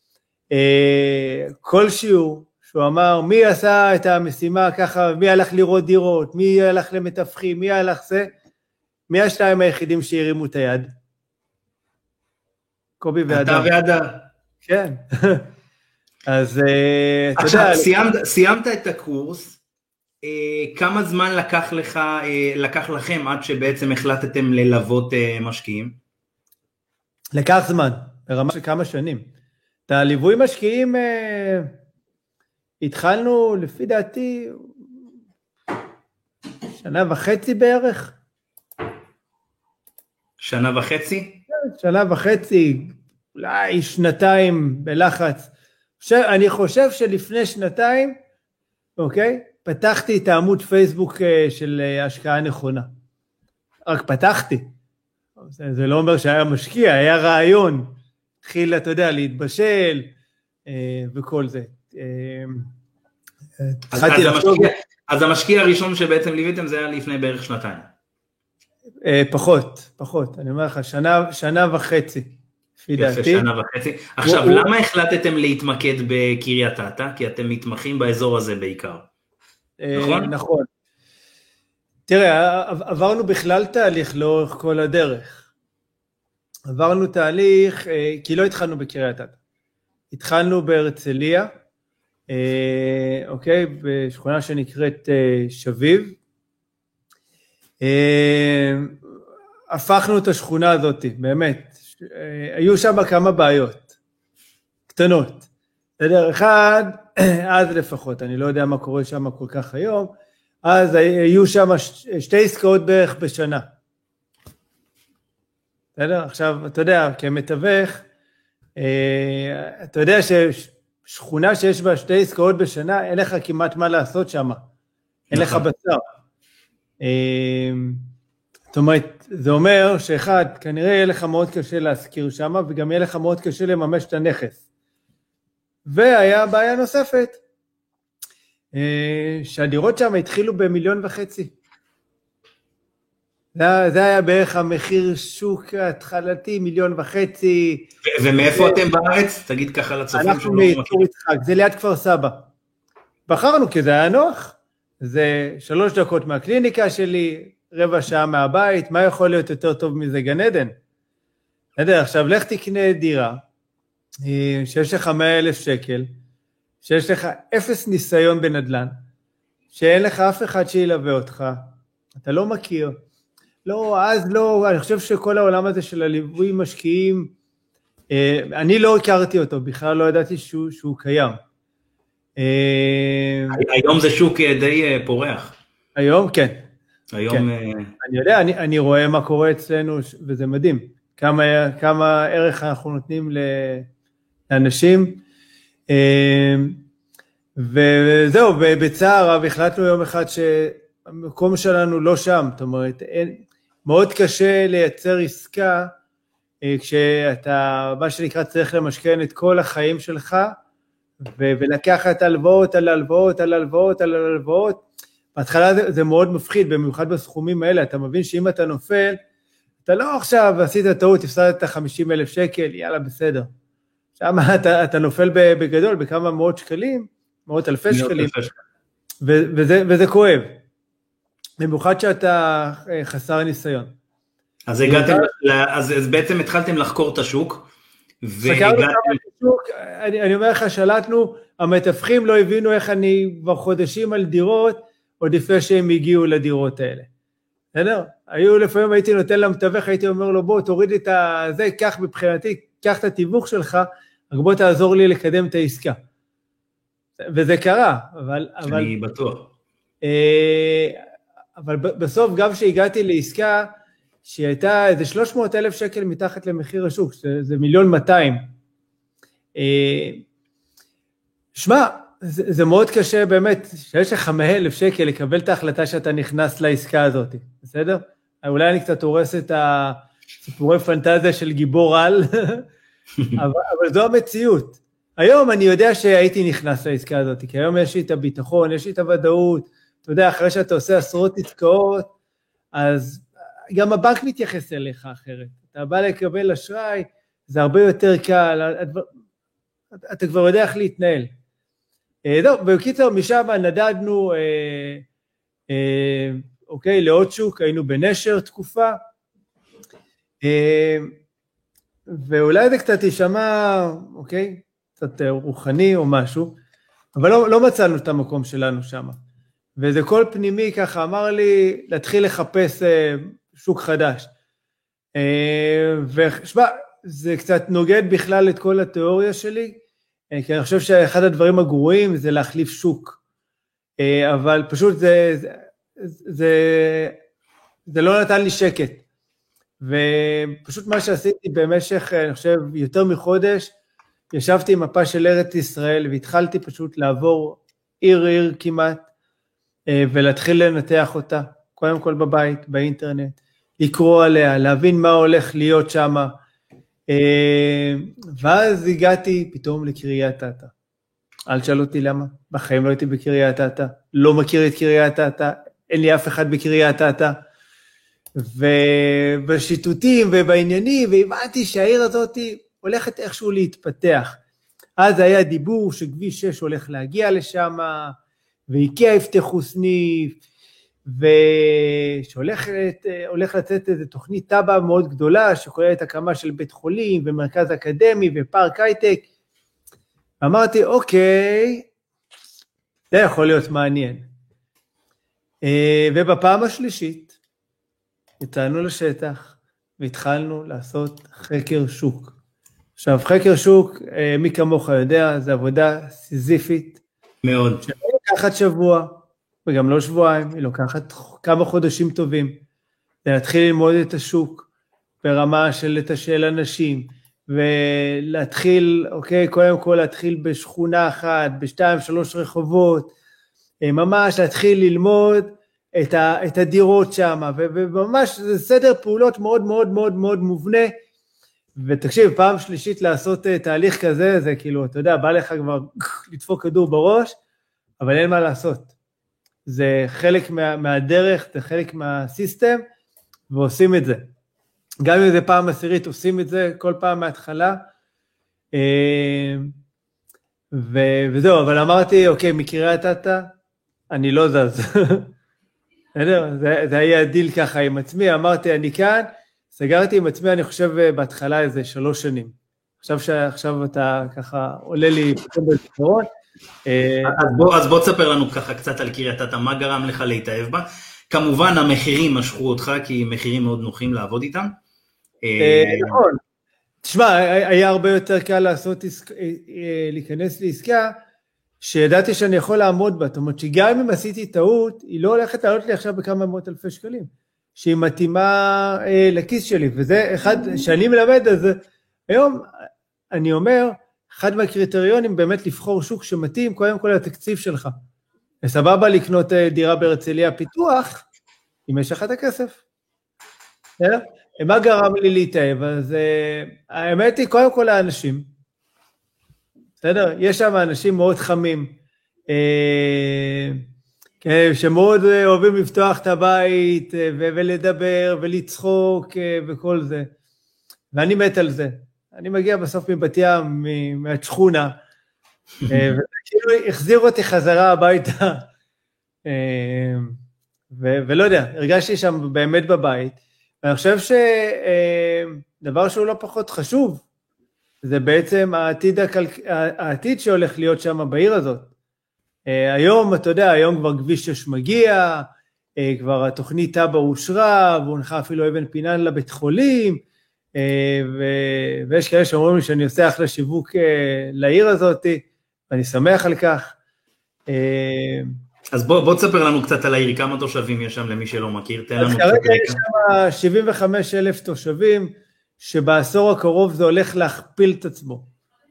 כל שיעור שהוא אמר, מי עשה את המשימה ככה, מי הלך לראות דירות, מי הלך למתווכים, מי הלך זה, מי השתיים היחידים שהרימו את היד? קובי והדר. אתה והדר. כן. אז אתה עכשיו, יודע... סיימת, סיימת את הקורס, כמה זמן לקח לך, לקח לכם עד שבעצם החלטתם ללוות משקיעים? לקח זמן, ברמה של כמה שנים. את הליווי משקיעים התחלנו, לפי דעתי, שנה וחצי בערך. שנה וחצי? שנה וחצי, אולי שנתיים בלחץ. אני חושב שלפני שנתיים, אוקיי, פתחתי את העמוד פייסבוק של השקעה נכונה. רק פתחתי. זה, זה לא אומר שהיה משקיע, היה רעיון. התחיל, אתה יודע, להתבשל וכל זה. אז, אז, המשקיע, אז המשקיע הראשון שבעצם ליוויתם זה היה לפני בערך שנתיים. פחות, פחות. אני אומר לך, שנה, שנה וחצי. יפה, שנה וחצי. עכשיו, למה החלטתם להתמקד בקריית אתא? כי אתם מתמחים באזור הזה בעיקר. נכון? נכון. תראה, עברנו בכלל תהליך לאורך כל הדרך. עברנו תהליך, כי לא התחלנו בקריית אתא. התחלנו בהרצליה, אוקיי, בשכונה שנקראת שביב. הפכנו את השכונה הזאת, באמת. היו שם כמה בעיות, קטנות. בסדר, אחד, אז לפחות, אני לא יודע מה קורה שם כל כך היום, אז היו שם שתי עסקאות בערך בשנה. בסדר, עכשיו, אתה יודע, כמתווך, אתה יודע ששכונה שיש בה שתי עסקאות בשנה, אין לך כמעט מה לעשות שם, אין לך בשר. זאת אומרת, זה אומר שאחד, כנראה יהיה לך מאוד קשה להזכיר שם, וגם יהיה לך מאוד קשה לממש את הנכס. והיה בעיה נוספת, שהדירות שם התחילו במיליון וחצי. זה היה בערך המחיר שוק התחלתי, מיליון וחצי. ומאיפה אתם בארץ? תגיד ככה לצופים. אנחנו מאיתור יצחק, זה ליד כפר סבא. בחרנו כי זה היה נוח, זה שלוש דקות מהקליניקה שלי, רבע שעה מהבית, מה יכול להיות יותר טוב מזה גן עדן? נדע, עכשיו לך תקנה דירה, שיש לך מאה אלף שקל, שיש לך אפס ניסיון בנדלן, שאין לך אף אחד שילווה אותך, אתה לא מכיר, לא, אז לא, אני חושב שכל העולם הזה של הליווי משקיעים, אני לא הכרתי אותו, בכלל לא ידעתי שהוא, שהוא קיים. היום זה שוק די פורח. היום כן. היום... כן. אני יודע, אני, אני רואה מה קורה אצלנו, וזה מדהים, כמה, כמה ערך אנחנו נותנים לאנשים, וזהו, בצער רב החלטנו יום אחד שהמקום שלנו לא שם, זאת אומרת, אין, מאוד קשה לייצר עסקה, כשאתה, מה שנקרא, צריך למשכן את כל החיים שלך, ולקחת הלוואות על הלוואות על הלוואות על הלוואות, בהתחלה זה, זה מאוד מפחיד, במיוחד בסכומים האלה, אתה מבין שאם אתה נופל, אתה לא עכשיו עשית טעות, הפסדת חמישים אלף שקל, יאללה בסדר. שם אתה, אתה נופל בגדול, בכמה מאות שקלים, מאות אלפי שקלים, ו, וזה, וזה כואב. במיוחד שאתה חסר ניסיון. אז הגעתם, אז, אז בעצם התחלתם לחקור את השוק, והגעתם... השוק, אני, אני אומר לך, שלטנו, המתווכים לא הבינו איך אני כבר חודשים על דירות, עוד לפני שהם הגיעו לדירות האלה. בסדר? היו לפעמים הייתי נותן למתווך, הייתי אומר לו, בוא תוריד את זה, קח מבחינתי, קח את התיווך שלך, רק בוא תעזור לי לקדם את העסקה. וזה קרה, אבל... אני אבל, בטוח. אבל בסוף גם שהגעתי לעסקה, שהיא הייתה איזה שלוש מאות אלף שקל מתחת למחיר השוק, זה, זה מיליון מאתיים. שמע, זה, זה מאוד קשה באמת, שיש לך מאה אלף שקל לקבל את ההחלטה שאתה נכנס לעסקה הזאת, בסדר? אולי אני קצת הורס את הסיפורי פנטזיה של גיבור על, אבל, אבל זו המציאות. היום אני יודע שהייתי נכנס לעסקה הזאת, כי היום יש לי את הביטחון, יש לי את הוודאות, אתה יודע, אחרי שאתה עושה עשרות עסקאות, אז גם הבנק מתייחס אליך אחרת. אתה בא לקבל אשראי, זה הרבה יותר קל, אתה כבר יודע איך להתנהל. טוב, בקיצור, משם נדדנו, אה, אה, אוקיי, לעוד שוק, היינו בנשר תקופה, אה, ואולי זה קצת ישמע, אוקיי, קצת רוחני או משהו, אבל לא, לא מצאנו את המקום שלנו שם. וזה כל פנימי ככה אמר לי, להתחיל לחפש אה, שוק חדש. אה, ושמע, זה קצת נוגד בכלל את כל התיאוריה שלי, כי אני חושב שאחד הדברים הגרועים זה להחליף שוק, אבל פשוט זה, זה, זה, זה לא נתן לי שקט, ופשוט מה שעשיתי במשך, אני חושב, יותר מחודש, ישבתי עם מפה של ארץ ישראל, והתחלתי פשוט לעבור עיר עיר כמעט, ולהתחיל לנתח אותה, קודם כל בבית, באינטרנט, לקרוא עליה, להבין מה הולך להיות שם, ואז הגעתי פתאום לקריית אתא. אל תשאל אותי למה, בחיים לא הייתי בקריית אתא, לא מכיר את קריית אתא, אין לי אף אחד בקריית אתא, ובשיטוטים ובעניינים, והבנתי שהעיר הזאת הולכת איכשהו להתפתח. אז היה דיבור שכביש שש הולך להגיע לשם, ואיקאה יפתחו סניף, ושהולך לצאת איזו תוכנית טאבה מאוד גדולה, שכוללת הקמה של בית חולים, ומרכז אקדמי, ופארק הייטק. אמרתי, אוקיי, זה יכול להיות מעניין. ובפעם השלישית, יצאנו לשטח, והתחלנו לעשות חקר שוק. עכשיו, חקר שוק, מי כמוך יודע, זה עבודה סיזיפית. מאוד. שלא לוקחת שבוע, וגם לא שבועיים, היא לוקחת כמה חודשים טובים. זה להתחיל ללמוד את השוק, ברמה של לתשאל אנשים, ולהתחיל, אוקיי, קודם כל להתחיל בשכונה אחת, בשתיים, שלוש רחובות, ממש להתחיל ללמוד את, ה, את הדירות שם, וממש זה סדר פעולות מאוד מאוד מאוד מאוד מובנה, ותקשיב, פעם שלישית לעשות תהליך כזה, זה כאילו, אתה יודע, בא לך כבר לדפוק כדור בראש, אבל אין מה לעשות. זה חלק מה, מהדרך, זה חלק מהסיסטם, ועושים את זה. גם אם זה פעם עשירית, עושים את זה כל פעם מההתחלה, ו- וזהו, אבל אמרתי, אוקיי, מקריית אתא, אני לא זז. זה, זה היה הדיל ככה עם עצמי, אמרתי, אני כאן, סגרתי עם עצמי, אני חושב בהתחלה איזה שלוש שנים. עכשיו שעכשיו אתה ככה עולה לי פתאום בזכרון. אז בוא, אז בוא תספר לנו ככה קצת על קריית אתא, מה גרם לך להתאהב בה? כמובן המחירים משכו אותך, כי מחירים מאוד נוחים לעבוד איתם. נכון. תשמע, היה הרבה יותר קל לעשות, להיכנס לעסקה, שידעתי שאני יכול לעמוד בה, זאת אומרת שגם אם עשיתי טעות, היא לא הולכת לעלות לי עכשיו בכמה מאות אלפי שקלים, שהיא מתאימה לכיס שלי, וזה אחד שאני מלמד, אז היום אני אומר, אחד מהקריטריונים באמת לבחור שוק שמתאים, קודם כל לתקציב שלך. סבבה לקנות דירה בהרצליה פיתוח, אם יש לך את הכסף. מה גרם לי להתאהב? אז האמת היא, קודם כל האנשים, בסדר? יש שם אנשים מאוד חמים, שמאוד אוהבים לפתוח את הבית, ולדבר, ולצחוק, וכל זה. ואני מת על זה. אני מגיע בסוף מבת ים, מהשכונה, וכאילו החזיר אותי חזרה הביתה, ולא יודע, הרגשתי שם באמת בבית, ואני חושב שדבר שהוא לא פחות חשוב, זה בעצם העתיד, הכלכ... העתיד שהולך להיות שם בעיר הזאת. היום, אתה יודע, היום כבר כביש שש מגיע, כבר התוכנית טאבה אושרה, והונחה אפילו אבן פינה לבית חולים, ו... ויש כאלה שאומרים לי שאני עושה אחלה שיווק לעיר הזאת, ואני שמח על כך. אז בוא, בוא תספר לנו קצת על העיר, כמה תושבים יש שם למי שלא מכיר, תן לנו קצת רקע. כרגע יש שם שבעים וחמישה אלף תושבים, שבעשור הקרוב זה הולך להכפיל את עצמו.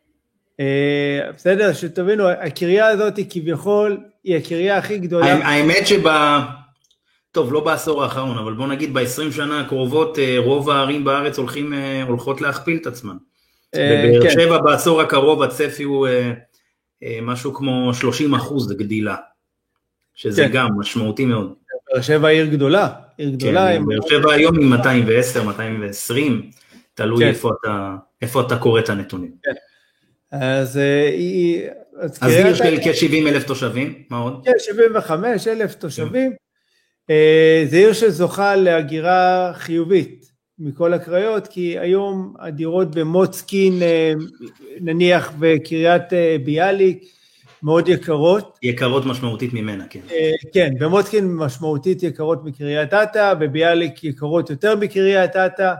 בסדר, שתבינו, הקריה הזאת היא כביכול, היא הקריה הכי גדולה. האמת שבה, טוב, לא בעשור האחרון, אבל בוא נגיד ב-עשרים שנה הקרובות, רוב הערים בארץ הולכים, הולכות להכפיל את עצמם. בבאר שבע בעשור הקרוב הצפי הוא משהו כמו שלושים אחוז גדילה, שזה גם משמעותי מאוד. באר שבע עיר גדולה, עיר גדולה. באר שבע היום היא מאתיים ועשר, מאתיים ועשרים, תלוי איפה אתה קורא את הנתונים. אז היא... אז עיר של כ-שבעים אלף תושבים, מה עוד? כן, שבעים וחמישה אלף תושבים. זה עיר שזוכה להגירה חיובית מכל הקריות, כי היום הדירות במוצקין, נניח בקריית ביאליק, מאוד יקרות. יקרות משמעותית ממנה, כן. כן, במוצקין משמעותית יקרות מקריית אתא, בביאליק יקרות יותר מקריית אתא,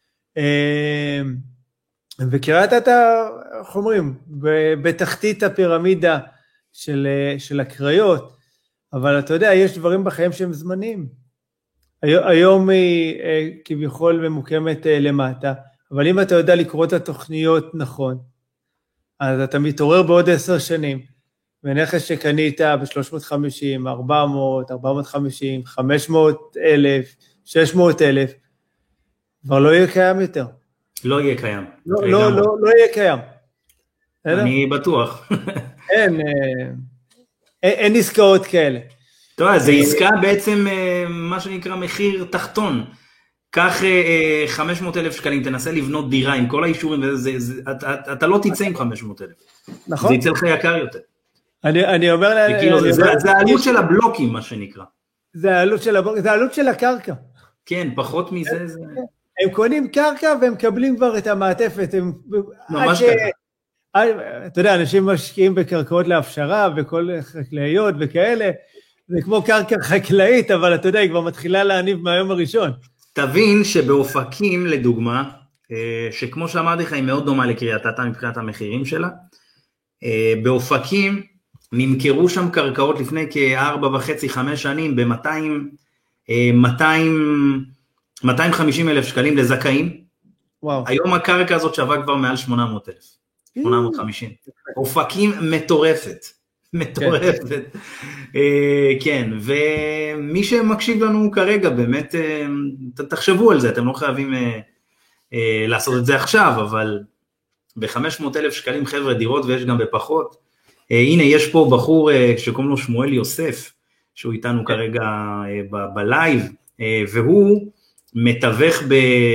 וקריית אתא, איך אומרים, בתחתית הפירמידה של, של הקריות, אבל אתה יודע, יש דברים בחיים שהם זמניים. היום היא כביכול ממוקמת למטה, אבל אם אתה יודע לקרוא את התוכניות נכון, אז אתה מתעורר בעוד עשר שנים, ונכס שקנית ב-שלוש מאות וחמישים, ארבע מאות, ארבע מאות וחמישים, חמש מאות אלף, שש מאות אלף, כבר לא יהיה קיים יותר. לא יהיה קיים. לא, לא, לא, לא יהיה קיים. אני בטוח. אין, אין עסקאות כאלה. טוב, זה עסקה בעצם מה שנקרא מחיר תחתון. קח חמש מאות אלף שקלים, תנסה לבנות דירה עם כל האישורים, אתה לא תצא עם חמש מאות אלף. נכון. זה יצא לך יקר יותר. אני אומר... זה העלות של הבלוקים, מה שנקרא. זה העלות של הבלוקים, זה העלות של הקרקע. כן, פחות מזה זה... הם קונים קרקע והם מקבלים כבר את המעטפת. ממש ככה. אתה יודע, אנשים משקיעים בקרקעות להפשרה, וכל חקלאיות וכאלה, זה כמו קרקע חקלאית, אבל אתה יודע, היא כבר מתחילה להניב מהיום הראשון. תבין שבאופקים, לדוגמה, שכמו שאמרתי לך, היא מאוד דומה לקריית אתא מבחינת המחירים שלה, באופקים נמכרו שם קרקעות לפני כארבע וחצי, חמש שנים, ב-מאתיים, מאתיים וחמישים אלף שקלים לזכאים. וואו. היום הקרקע הזאת שווה כבר מעל שמונה מאות אלף, שמונה מאות וחמישים. אופקים מטורפת. מטורפת, כן, ומי שמקשיב לנו כרגע, באמת, תחשבו על זה, אתם לא חייבים לעשות את זה עכשיו, אבל ב-חמש מאות אלף שקלים חבר'ה דירות, ויש גם בפחות, הנה יש פה בחור שקוראים לו שמואל יוסף, שהוא איתנו כרגע בלייב, והוא מתווך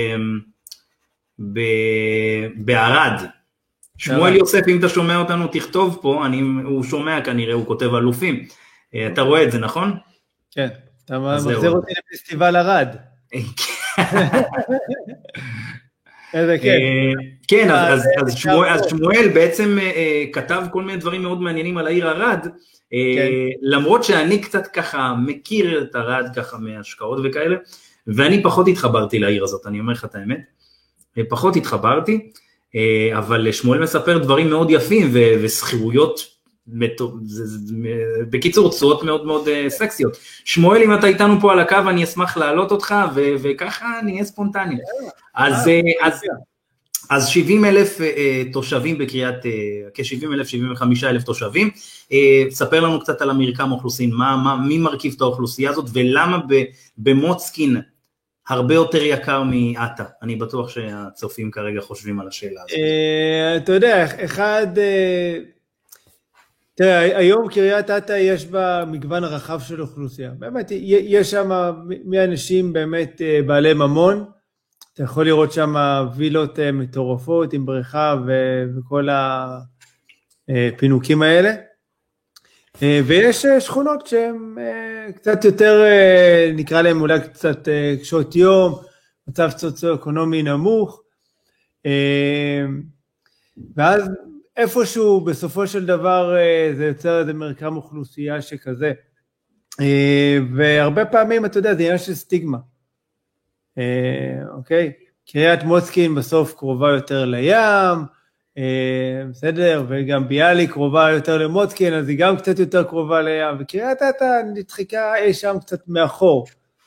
בערד, שמואל יוסף, אם אתה שומע אותנו, תכתוב פה, אני, הוא שומע כנראה, הוא כותב אלופים. אתה רואה את זה, נכון? כן, אתה מחזיר אותי לפסטיבל ערד. איזה כן. כן, אז שמואל בעצם כתב כל מיני דברים מאוד מעניינים על העיר ערד, למרות שאני קצת ככה מכיר את ערד ככה מהשקעות וכאלה, ואני פחות התחברתי לעיר הזאת, אני אומר לך את האמת, פחות התחברתי, אבל שמואל מספר דברים מאוד יפים, וסחירויות, בקיצור, צורות מאוד מאוד סקסיות. שמואל, אם אתה איתנו פה על הקו, אני אשמח להעלות אותך, וככה נהיה ספונטני. אז שבעים אלף תושבים בקריית, כ-שבעים אלף, שבעים וחמישה אלף תושבים, ספר לנו קצת על המרקם האוכלוסין, מי מרכיב את האוכלוסייה הזאת, ולמה במוצקין, הרבה יותר יקר מאתה, אני בטוח שהצופים כרגע חושבים על השאלה הזאת. אתה יודע, אחד, תראה, היום קריית אתא יש בה מגוון רחב של אוכלוסייה, באמת, יש שם מאנשים באמת בעלי ממון, אתה יכול לראות שם וילות מטורפות עם בריכה וכל הפינוקים האלה, ויש שכונות שהן קצת יותר, נקרא להן אולי קצת קשות יום, מצב סוציו-אקונומי נמוך, ואז איפשהו בסופו של דבר זה יוצר איזה מרקם אוכלוסייה שכזה, והרבה פעמים אתה יודע זה עניין של סטיגמה, אוקיי? קריית מוצקין בסוף קרובה יותר לים, בסדר, וגם ביאליק קרובה יותר למוצקין, אז היא גם קצת יותר קרובה לים, וקריית אתא נדחיקה אי שם קצת מאחור.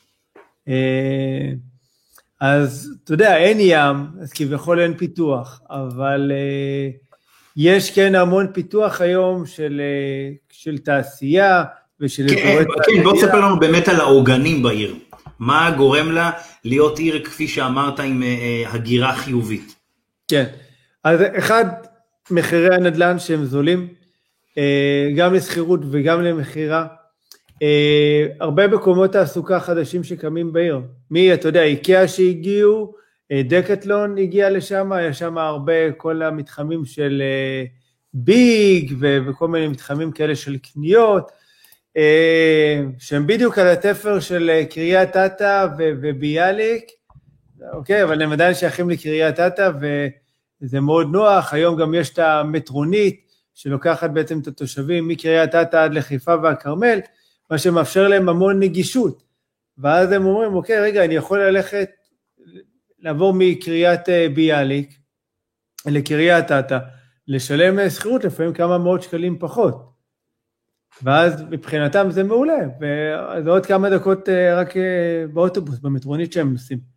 אז אתה יודע, אין ים, אז כביכול אין פיתוח, אבל יש כן המון פיתוח היום של, של תעשייה, ושל... כן, כן, בוא תספר לנו באמת על העוגנים בעיר. מה גורם לה להיות עיר, כפי שאמרת, עם הגירה חיובית? כן. אז אחד, מחירי הנדל"ן שהם זולים, גם לסחירות וגם למחירה, הרבה מקומות תעסוקה חדשים שקמים בעיר, מי, אתה יודע, איקאה שהגיעו, דקטלון הגיע לשם, היה שם הרבה, כל המתחמים של ביג, וכל מיני מתחמים כאלה של קניות, שהם בדיוק על התפר של קריית אתא וביאליק, אוקיי, אבל הם עדיין שייכים לקריית אתא, ו... זה מאוד נוח, היום גם יש את המטרונית, שלוקחת בעצם את התושבים מקריית אתא עד לחיפה והכרמל, מה שמאפשר להם המון נגישות, ואז הם אומרים, אוקיי, רגע, אני יכול ללכת, לעבור מקריית ביאליק, לקריית אתא, לשלם שכירות, לפעמים כמה מאות שקלים פחות, ואז מבחינתם זה מעולה, וזה עוד כמה דקות רק באוטובוס, במטרונית שהם נוסעים.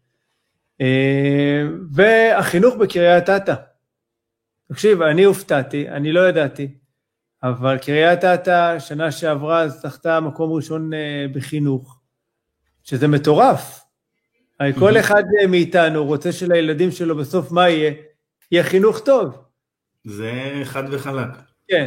והחינוך בקריית אתא, תקשיב, אני הופתעתי, אני לא ידעתי, אבל קריית אתא שנה שעברה זכתה מקום ראשון בחינוך, שזה מטורף, כל אחד מאיתנו רוצה שלילדים שלו בסוף מה יהיה, יהיה חינוך טוב. זה חד וחלק. כן,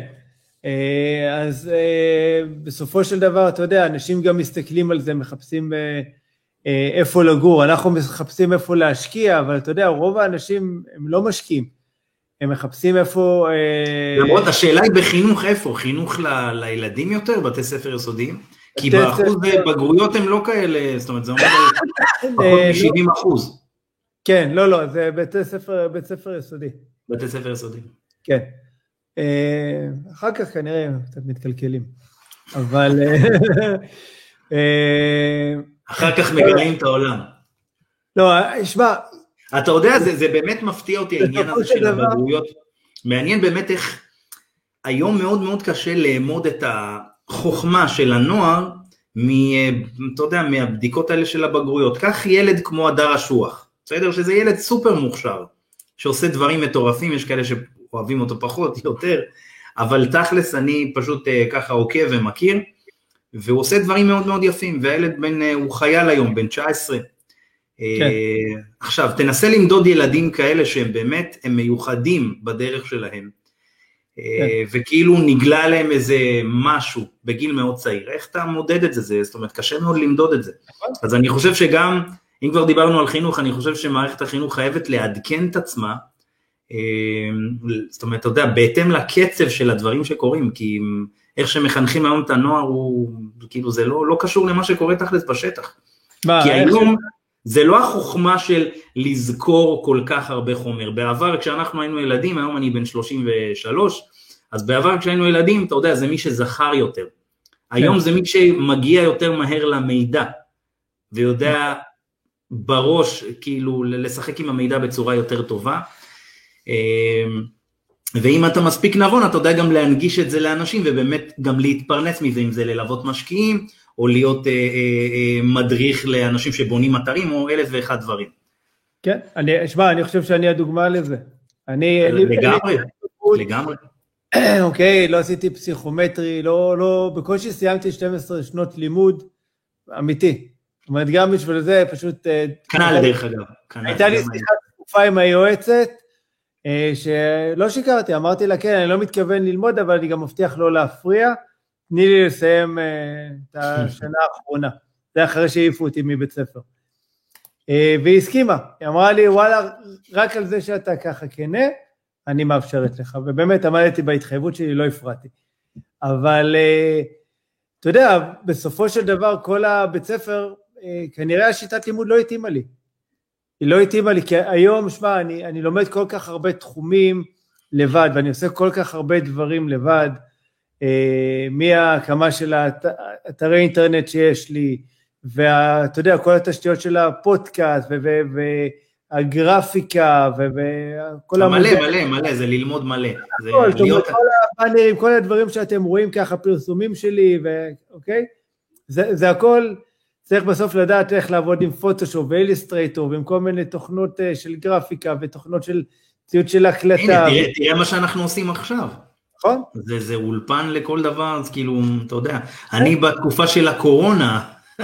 אז בסופו של דבר, אתה יודע, אנשים גם מסתכלים על זה, מחפשים איפה לגור, אנחנו מחפשים איפה להשקיע, אבל אתה יודע, רוב האנשים הם לא משקיעים, הם מחפשים איפה... למרות, השאלה היא בחינוך איפה, חינוך ל, לילדים יותר, בתי ספר יסודיים, כי באחוז בגרויות הם לא כאלה, זאת אומרת, זה אומר פחות מ-שבעים אחוז. כן, לא, לא, זה בית ספר, בית ספר יסודי. בתי ספר יסודי. כן. אחר כך כנראה קצת מתקלקלים, אבל... אחר כך מגלים את העולם. לא, שמע... אתה יודע, זה, זה באמת מפתיע אותי, העניין הזה של הבגרויות. מעניין באמת איך היום מאוד מאוד קשה לאמוד את החוכמה של הנוער, מ, אתה יודע, מהבדיקות האלה של הבגרויות. כך ילד כמו הדר אשוח, בסדר? שזה ילד סופר מוכשר, שעושה דברים מטורפים, יש כאלה שאוהבים אותו פחות, יותר, אבל תכלס אני פשוט ככה עוקב ומכיר, והוא עושה דברים מאוד מאוד יפים, והילד בן, הוא חייל היום, בן תשע עשרה. כן. עכשיו, תנסה למדוד ילדים כאלה שהם באמת, הם מיוחדים בדרך שלהם, כן. וכאילו נגלה להם איזה משהו בגיל מאוד צעיר. איך אתה מודד את זה? זאת אומרת, קשה מאוד למדוד את זה. אז אני חושב שגם, אם כבר דיברנו על חינוך, אני חושב שמערכת החינוך חייבת לעדכן את עצמה, זאת אומרת, אתה יודע, בהתאם לקצב של הדברים שקורים, כי איך שמחנכים היום את הנוער, הוא, כאילו, זה לא, לא קשור למה שקורה תכלס בשטח. מה, כי היום, זה לא החוכמה של לזכור כל כך הרבה חומר. בעבר, כשאנחנו היינו ילדים, היום אני בן שלושים ושלוש, אז בעבר כשהיינו ילדים, אתה יודע, זה מי שזכר יותר. היום זה מי שמגיע יותר מהר למידע, ויודע בראש, כאילו, לשחק עם המידע בצורה יותר טובה. ואם אתה מספיק נבון, אתה יודע גם להנגיש את זה לאנשים, ובאמת גם להתפרנס מזה, אם זה ללוות משקיעים, או להיות אה, אה, אה, מדריך לאנשים שבונים אתרים, או אלף ואחד דברים. כן, אני, שמה, אני חושב שאני הדוגמה לזה. אני... לגמרי, אני, לגמרי. אוקיי, לא עשיתי פסיכומטרי, לא, לא, בקושי סיימתי שתים עשרה שנות לימוד, אמיתי. זאת אומרת, גם בשביל זה, פשוט... כנ"ל דרך אגב. הייתה לי שיחה תקופה עם היועצת, שלא שיקרתי, אמרתי לה, כן, אני לא מתכוון ללמוד, אבל אני גם מבטיח לא להפריע, תני לי לסיים את השנה האחרונה, זה אחרי שהעיפו אותי מבית ספר. והיא הסכימה, היא אמרה לי, וואלה, רק על זה שאתה ככה כנה, אני מאפשרת לך, ובאמת עמדתי בהתחייבות שלי, לא הפרעתי. אבל, אתה יודע, בסופו של דבר, כל הבית ספר, כנראה השיטת לימוד לא התאימה לי. היא לא התאימה לי, כי היום, שמע, אני, אני לומד כל כך הרבה תחומים לבד, ואני עושה כל כך הרבה דברים לבד, אה, מההקמה של האתרי אינטרנט שיש לי, ואתה יודע, כל התשתיות של הפודקאסט, והגרפיקה, וכל המודל. מלא, מלא, מלא, זה ללמוד מלא. זה כל, להיות... כל הבאנרים, כל הדברים שאתם רואים ככה, פרסומים שלי, ואוקיי? זה, זה הכל... צריך בסוף לדעת איך לעבוד עם פוטושופ ואיליסטרייטור, ועם כל מיני תוכנות של גרפיקה, ותוכנות של ציוד של הקלטה. הנה, תראה, תראה מה שאנחנו עושים עכשיו. נכון? זה, זה אולפן לכל דבר, אז כאילו, אתה יודע, אני בתקופה של הקורונה,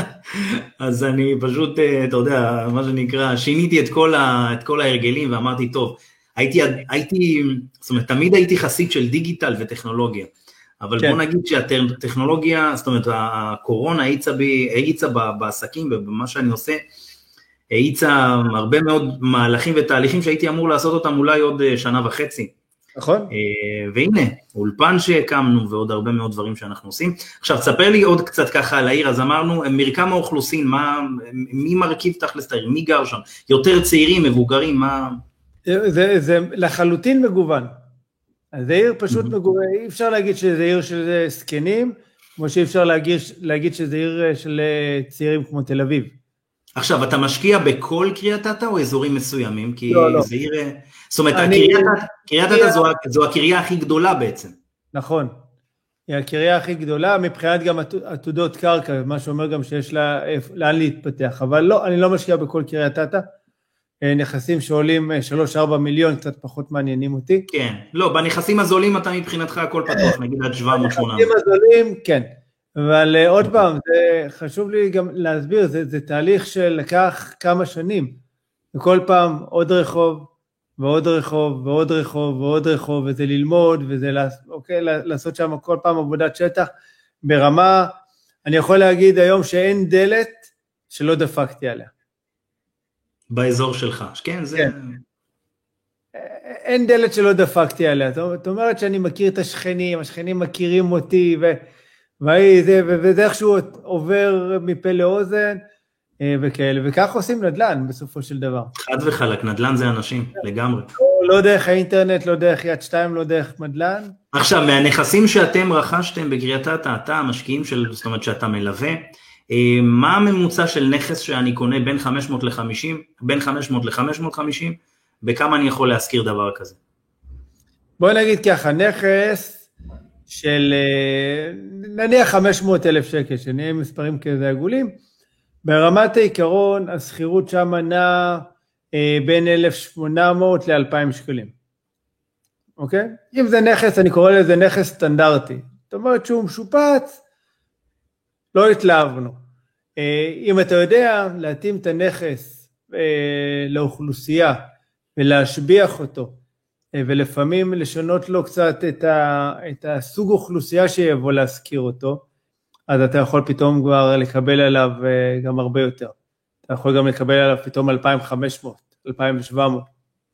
אז אני פשוט, אתה יודע, מה שנקרא, שיניתי את כל, ה, את כל ההרגלים, ואמרתי, טוב, הייתי, הייתי, זאת אומרת, תמיד הייתי חסיד של דיגיטל וטכנולוגיה. אבל כן. בוא נגיד שהטכנולוגיה, זאת אומרת, הקורונה האיצה בי, האיצה בעסקים, ובמה שאני עושה, האיצה הרבה מאוד מהלכים ותהליכים שהייתי אמור לעשות אותם אולי עוד שנה וחצי. נכון. והנה, אולפן שהקמנו ועוד הרבה מאוד דברים שאנחנו עושים. עכשיו, תספר לי עוד קצת ככה על העיר, אז אמרנו, מרקם האוכלוסין, מה, מי מרכיב תכלס העיר, מי גר שם? יותר צעירים, מבוגרים, מה... זה, זה לחלוטין מגוון. אז זה עיר פשוט מגוון, אי אפשר להגיד שזה עיר של סקנים, כמו שאי אפשר להגיד, להגיד שזה עיר של צעירים כמו תל אביב. עכשיו, אתה משקיע בכל קריית אתא או אזורים מסוימים? כי לא, לא. זה עיר... זאת אומרת, קריית אתא זו, זו הקריה הכי גדולה בעצם. נכון. היא הקריה הכי גדולה, מבחינת גם עתודות קרקע, מה שאומר גם שיש לה לאן להתפתח. אבל לא, אני לא משקיע בכל קריית אתא. נכסים שעולים שלוש ארבע מיליון, קצת פחות מעניינים אותי. כן, לא, בנכסים הזולים אתה מבחינתך הכל פתוח, נגיד עד שבע מאות שמונה מאות. בנכסים הזולים, כן. אבל עוד פעם, זה חשוב לי גם להסביר, זה, זה תהליך שלקח כמה שנים, וכל פעם עוד רחוב, ועוד רחוב, ועוד רחוב, ועוד רחוב, וזה ללמוד, וזה אוקיי, לעשות שם כל פעם עבודת שטח, ברמה, אני יכול להגיד היום שאין דלת, שלא דפקתי עליה. באזור שלך, כן, זה... כן. אין דלת שלא דפקתי עליה, זאת אומרת שאני מכיר את השכנים, השכנים מכירים אותי, ו... וזה, וזה איכשהו עובר מפה לאוזן, וכאלה, וכך עושים נדל"ן בסופו של דבר. חד וחלק, נדל"ן זה אנשים, לגמרי. לא, לא דרך האינטרנט, לא דרך יד שתיים, לא דרך נדל"ן. עכשיו, מהנכסים שאתם רכשתם בקריית אתא, אתה המשקיעים של, זאת אומרת שאתה מלווה, מה הממוצע של נכס שאני קונה בין חמש מאות ל-חמישים, בין חמש מאות ל-חמש מאות וחמישים, בכמה אני יכול להזכיר דבר כזה? בוא נגיד ככה, נכס של נניח חמש מאות אלף שקל, שנהיה מספרים כזה עגולים, ברמת העיקרון, הסחירות שם נעה בין אלף ושמונה מאות ל-אלפיים שקלים. אוקיי? אם זה נכס, אני קורא לזה נכס סטנדרטי. זאת אומרת שהוא משופץ, לא התלהבנו. אם אתה יודע להתאים את הנכס לאוכלוסייה ולהשביח אותו, ולפעמים לשנות לו קצת את, ה, את הסוג אוכלוסייה שיבוא להזכיר אותו, אז אתה יכול פתאום כבר לקבל עליו גם הרבה יותר. אתה יכול גם לקבל עליו פתאום אלפיים וחמש מאות, אלפיים ושבע מאות.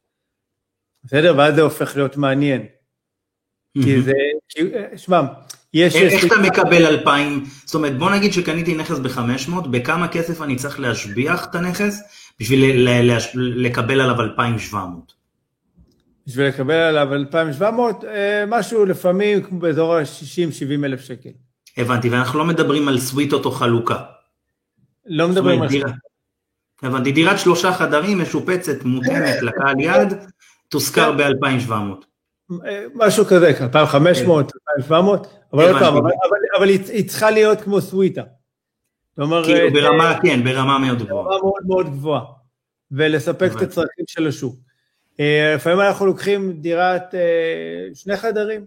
בסדר? ואז זה הופך להיות מעניין. כי זה, שמע, יש... איך אתה מקבל אלפיים? זאת אומרת, בוא נגיד שקניתי נכס ב-חמש מאות, בכמה כסף אני צריך להשביח את הנכס, בשביל לקבל עליו אלפיים ושבע מאות? בשביל לקבל עליו אלפיים ושבע מאות, משהו לפעמים כמו באזור ה-שישים שבעים אלף שקל. הבנתי, ואנחנו לא מדברים על סוויטות או חלוקה. לא מדברים על סוויטות. הבנתי, דירת שלושה חדרים, משופצת, מותאמת לקהל יעד, תוזכר ב-אלפיים ושבע מאות. משהו כזה, אלפיים וחמש מאות, אלפיים ושבע מאות, אבל היא צריכה להיות כמו סוויטה. כאילו ברמה, כן, ברמה מאוד גבוהה. ברמה מאוד מאוד גבוהה, ולספק את הצרכים של השוק. לפעמים אנחנו לוקחים דירת שני חדרים,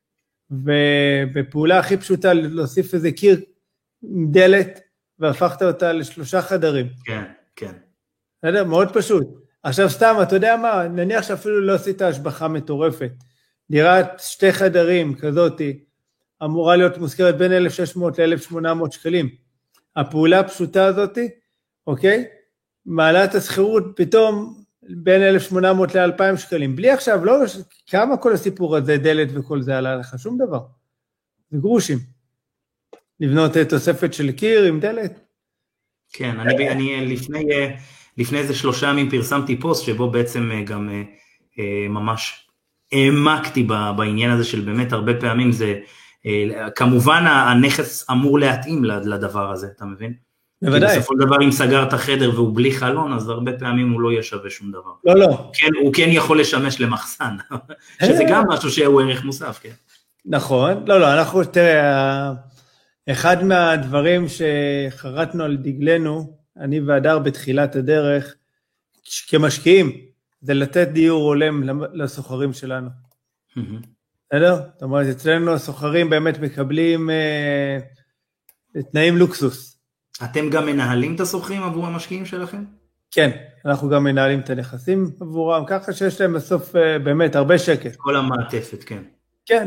ובפעולה הכי פשוטה להוסיף איזה קיר עם דלת, והפכת אותה לשלושה חדרים. כן, כן. בסדר? מאוד פשוט. עכשיו סתם, אתה יודע מה, נניח שאפילו לא עשית השבחה מטורפת, דירת שתי חדרים כזאת, אמורה להיות מוזכרת בין אלף ושש מאות ל-אלף ושמונה מאות שקלים. הפעולה הפשוטה הזאת, אוקיי? מעלה את הסחירות פתאום בין אלף ושמונה מאות ל-אלפיים שקלים. בלי עכשיו, לא, כמה כל הסיפור הזה, דלת וכל זה עלה לך, שום דבר. זה גרושים. לבנות תוספת של קיר עם דלת. כן, אני, אני לפני, לפני איזה שלושה ימים פרסמתי פוסט, שבו בעצם גם ממש העמקתי בעניין הזה של באמת הרבה פעמים זה, כמובן הנכס אמור להתאים לדבר הזה, אתה מבין? בוודאי. כי בסופו של דבר אם סגרת חדר והוא בלי חלון, אז הרבה פעמים הוא לא ישווה שום דבר. לא, לא. כן, הוא כן יכול לשמש למחסן, שזה גם משהו שהוא ערך מוסף, כן. נכון, לא, לא, אנחנו, תראה, אחד מהדברים שחרטנו על דגלנו, אני והדר בתחילת הדרך, כמשקיעים, זה לתת דיור הולם לסוחרים שלנו. בסדר? זאת אומרת, אצלנו הסוחרים באמת מקבלים אה, תנאים לוקסוס. אתם גם מנהלים את הסוחרים עבור המשקיעים שלכם? כן, אנחנו גם מנהלים את הנכסים עבורם, ככה שיש להם בסוף אה, באמת הרבה שקט. כל המעטפת, כן. כן.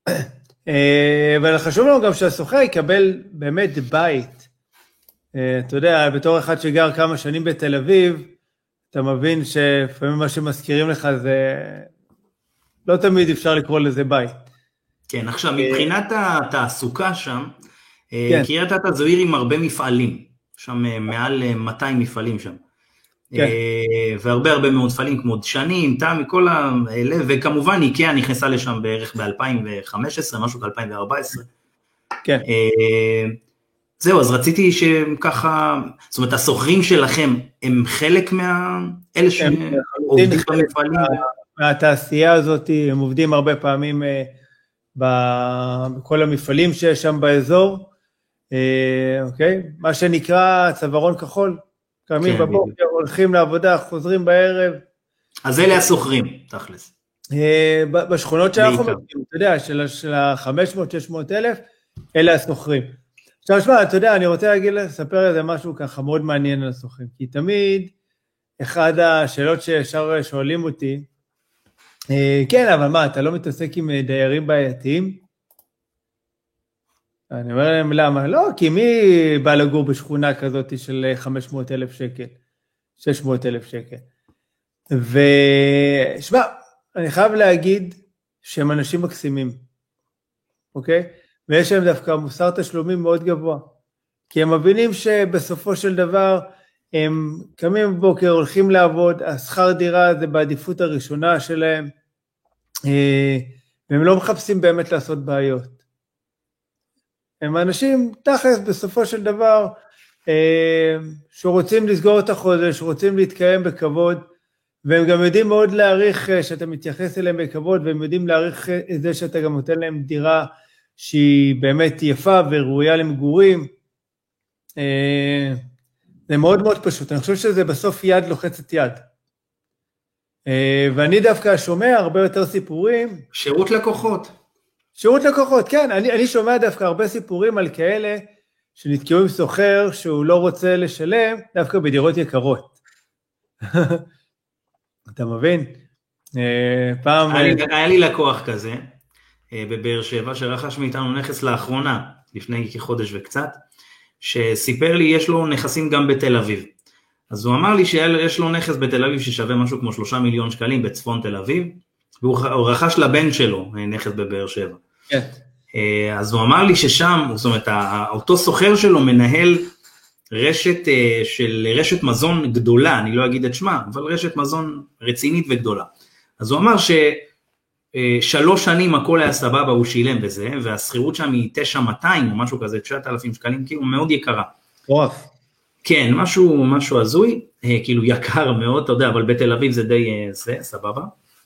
אבל חשוב לנו גם שהסוחר יקבל באמת בית. אתה יודע, בתור אחד שגר כמה שנים בתל אביב, אתה מבין שלפעמים מה שמזכירים לך זה, לא תמיד אפשר לקרוא לזה בית. כן, עכשיו מבחינת התעסוקה שם, קריית אתא זו עיר עם הרבה מפעלים, שם מעל מאתיים מפעלים שם. כן. והרבה הרבה מאוד מפעלים כמו דשנים, טעם, כל האלה, וכמובן איקאה נכנסה לשם בערך ב-אלפיים וחמש עשרה, משהו ב-אלפיים וארבע עשרה. כן. זהו, אז רציתי שככה, זאת אומרת, הסוחרים שלכם הם חלק מאלה שעובדים במפעלים? מהתעשייה הזאת, הם עובדים הרבה פעמים בכל המפעלים שיש שם באזור, אוקיי? מה שנקרא צווארון כחול. קמים בבוקר, הולכים לעבודה, חוזרים בערב. אז אלה הסוחרים, תכלס. בשכונות שאנחנו מגיעים, אתה יודע, של ה-חמש מאות שש מאות אלף, אלה הסוחרים. עכשיו, שמע, אתה יודע, אני רוצה להגיד, לספר איזה משהו ככה מאוד מעניין על הסוחרים, כי תמיד, אחד השאלות שישר שואלים אותי, כן, אבל מה, אתה לא מתעסק עם דיירים בעייתיים? אני אומר להם, למה? לא, כי מי בא לגור בשכונה כזאת של חמש מאות אלף שקל, שש מאות אלף שקל. ושמע, אני חייב להגיד שהם אנשים מקסימים, אוקיי? ויש להם דווקא מוסר תשלומים מאוד גבוה, כי הם מבינים שבסופו של דבר, הם קמים בבוקר, הולכים לעבוד, השכר דירה זה בעדיפות הראשונה שלהם, והם לא מחפשים באמת לעשות בעיות. הם אנשים תכלס בסופו של דבר, שרוצים לסגור את החודש, רוצים להתקיים בכבוד, והם גם יודעים מאוד להעריך שאתה מתייחס אליהם בכבוד, והם יודעים להעריך את זה שאתה גם נותן להם דירה שהיא באמת יפה וראויה למגורים. זה מאוד מאוד פשוט, אני חושב שזה בסוף יד לוחצת יד. ואני דווקא שומע הרבה יותר סיפורים. שירות לקוחות. שירות לקוחות, כן, אני, אני שומע דווקא הרבה סיפורים על כאלה שנתקעו עם סוחר שהוא לא רוצה לשלם, דווקא בדירות יקרות. אתה מבין? פעם... היה לי, היה לי לקוח כזה, בבאר שבע, שרכש מאיתנו נכס לאחרונה, לפני כחודש וקצת, שסיפר לי יש לו נכסים גם בתל אביב. אז הוא אמר לי שיש לו נכס בתל אביב ששווה משהו כמו שלושה מיליון שקלים בצפון תל אביב, והוא רכש לבן שלו נכס בבאר שבע. כן. אז הוא אמר לי ששם, זאת אומרת, אותו סוחר שלו מנהל רשת של רשת מזון גדולה, אני לא אגיד את שמה, אבל רשת מזון רצינית וגדולה. אז הוא אמר ששלוש שנים הכל היה סבבה, הוא שילם בזה, והסחירות שם היא תשע אלף מאתיים או משהו כזה, תשעת אלפים שקלים, כאילו מאוד יקרה. טוב. כן, משהו, משהו הזוי, כאילו יקר מאוד, אתה יודע, אבל בתל אביב זה די, זה, סבבה.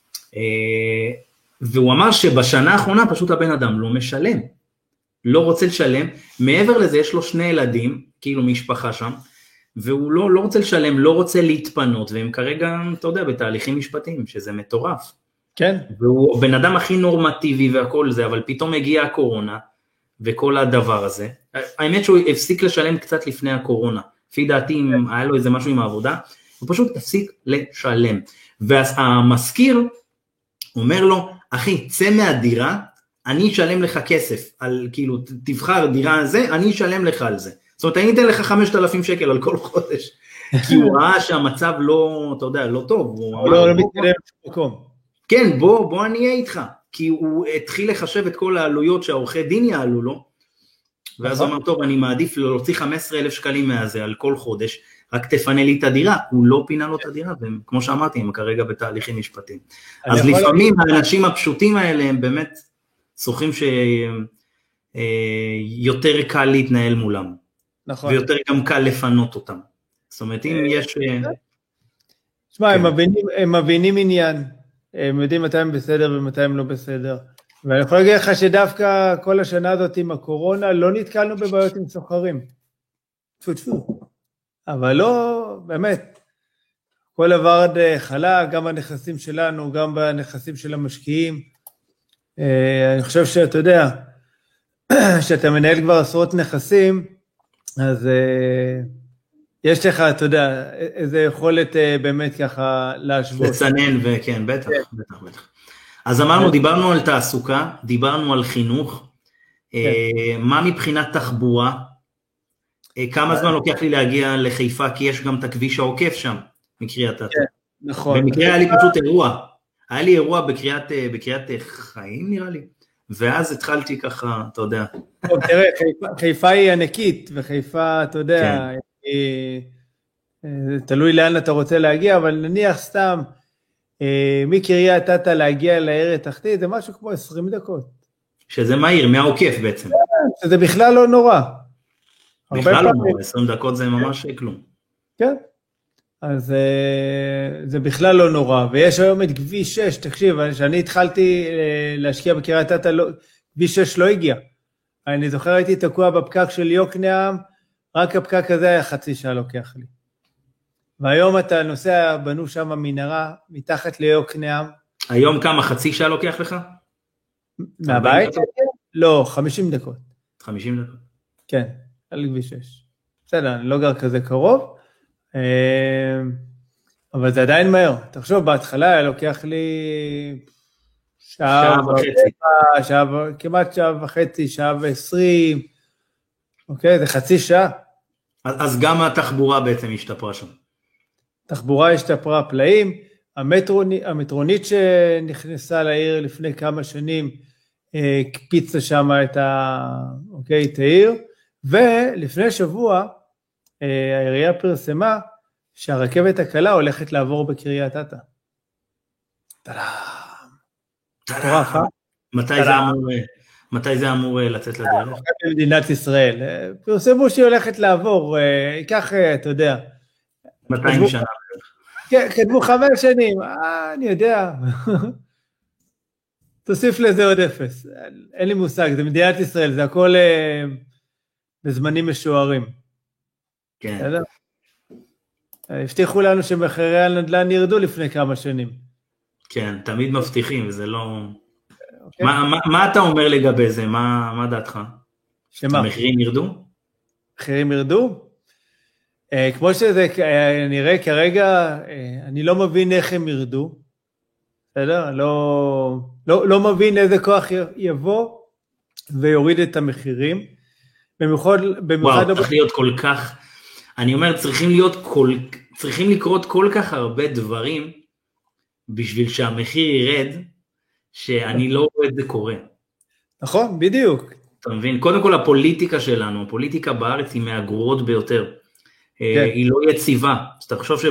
והוא אמר שבשנה האחרונה פשוט הבן אדם לא משלם, לא רוצה לשלם, מעבר לזה יש לו שני ילדים, כאילו משפחה שם, והוא לא, לא רוצה לשלם, לא רוצה להתפנות, והם כרגע, אתה יודע, בתהליכים משפטיים, שזה מטורף. כן. והוא בן אדם הכי נורמטיבי והכל זה, אבל פתאום הגיעה הקורונה, וכל הדבר הזה. האמת שהוא הפסיק לשלם קצת לפני הקורונה, לפי דעתי אם היה לו איזה משהו עם העבודה, הוא פשוט הפסיק לשלם. והמזכיר אומר לו, אחי, צא מהדירה, אני אשלם לך כסף, על כאילו, תבחר דירה הזה, אני אשלם לך על זה. זאת אומרת, אני אתן לך חמשת אלפים שקל על כל חודש, כי הוא ראה שהמצב לא, אתה יודע, לא טוב. הוא לא מתקדם במקום. כן, בוא, בוא אני אהיה איתך, כי הוא התחיל לחשב את כל העלויות שהעורכי דין יעלו לו, ואז הוא אמר, טוב, אני מעדיף להוציא חמישה עשר אלף שקלים מהזה על כל חודש, רק תפנה לי את הדירה, הוא לא פינה לו את הדירה, וכמו שאמרתי, הם כרגע בתהליכים משפטיים. אז לפעמים האנשים הפשוטים האלה, הם באמת צורכים שיותר קל להתנהל מולם, נכון. ויותר גם קל לפנות אותם. זאת אומרת, אם יש... תשמע, הם מבינים עניין, הם יודעים מתי הם בסדר ומתי הם לא בסדר, ואני יכול להגיד לך שדווקא כל השנה הזאת עם הקורונה, לא נתקלנו בבעיות עם סוחרים. טפו טפו. אבל לא, באמת, כל עבד חלה, גם בנכסים שלנו, גם בנכסים של המשקיעים. אני חושב שאתה יודע, שאתה מנהל כבר עשרות נכסים, אז יש לך, אתה יודע, איזה יכולת באמת ככה להשוות. לצנן, וכן, בטח, בטח, בטח. אז אמרנו, דיברנו על תעסוקה, דיברנו על חינוך, מה מבחינת תחבורה, כמה זמן לוקח לי להגיע לחיפה, כי יש גם את הכביש העוקף שם, מקריית אתא. נכון. במקרה היה לי פשוט אירוע, היה לי אירוע בקריית חיים נראה לי, ואז התחלתי ככה, אתה יודע. טוב, תראה, חיפה היא ענקית, וחיפה, אתה יודע, תלוי לאן אתה רוצה להגיע, אבל נניח סתם, מקריית אתא להגיע לעיר התחתית, זה משהו כמו עשרים דקות. שזה מהיר, מהעוקף בעצם. שזה בכלל לא נורא. בכלל לא נורא, עשרים דקות זה ממש כלום. כן, אז זה בכלל לא נורא, ויש היום את כביש שש, תקשיב, כשאני התחלתי להשקיע בקריית אתא, כביש שש לא הגיע. אני זוכר הייתי תקוע בפקק של יוקנעם, רק הפקק הזה היה חצי שעה לוקח לי. והיום אתה נוסע, בנו שם מנהרה, מתחת ליוקנעם. היום כמה, חצי שעה לוקח לך? מהבית? לא, חמישים דקות. חמישים דקות? כן, על כביש שש. בסדר, אני לא גר כזה קרוב, אבל זה עדיין מהר. תחשוב, בהתחלה היה לוקח לי שעה וחצי, שעה, כמעט שעה וחצי, שעה ועשרים, אוקיי, זה חצי שעה. אז, אז גם התחבורה בעצם השתפרה שם. תחבורה השתפרה פלאים, המטרוני, המטרונית שנכנסה לעיר לפני כמה שנים, הקפיצה שם את ה, אוקיי, את העיר, ולפני שבוע, העירייה פרסמה, שהרכבת הקלה הולכת לעבור בקריית אתא. טלאם. טלאם. מתי זה אמור, מתי זה אמור לצאת לדרך? במדינת ישראל. פרסמו שהיא הולכת לעבור, ייקח, אתה יודע. מאתיים שנה. כן, כתבו חמש שנים, אה, אני יודע. תוסיף לזה עוד אפס. אין לי מושג, זה מדינת ישראל, זה הכל בזמנים משוערים. כן. הבטיחו לנו שמחירי הנדל"ן ירדו לפני כמה שנים. כן, תמיד מבטיחים, וזה לא... מה, מה, מה אתה אומר לגבי זה? מה, מה דעתך? שמה? המחירים ירדו? המחירים ירדו? כמו שזה נראה כרגע, אני לא מבין איך הם ירדו. בסדר? לא, לא, לא מבין איזה כוח יבוא ויוריד את המחירים. במיוחד... וואו, צריך להיות כל כך... אני אומר, צריכים להיות כל... צריכים לקרות כל כך הרבה דברים בשביל שהמחיר ירד, שאני לא רואה את זה קורה. נכון, בדיוק. אתה מבין? קודם כל הפוליטיקה שלנו, הפוליטיקה בארץ היא מהגרועות ביותר. כן. היא לא יציבה. אז תחשוב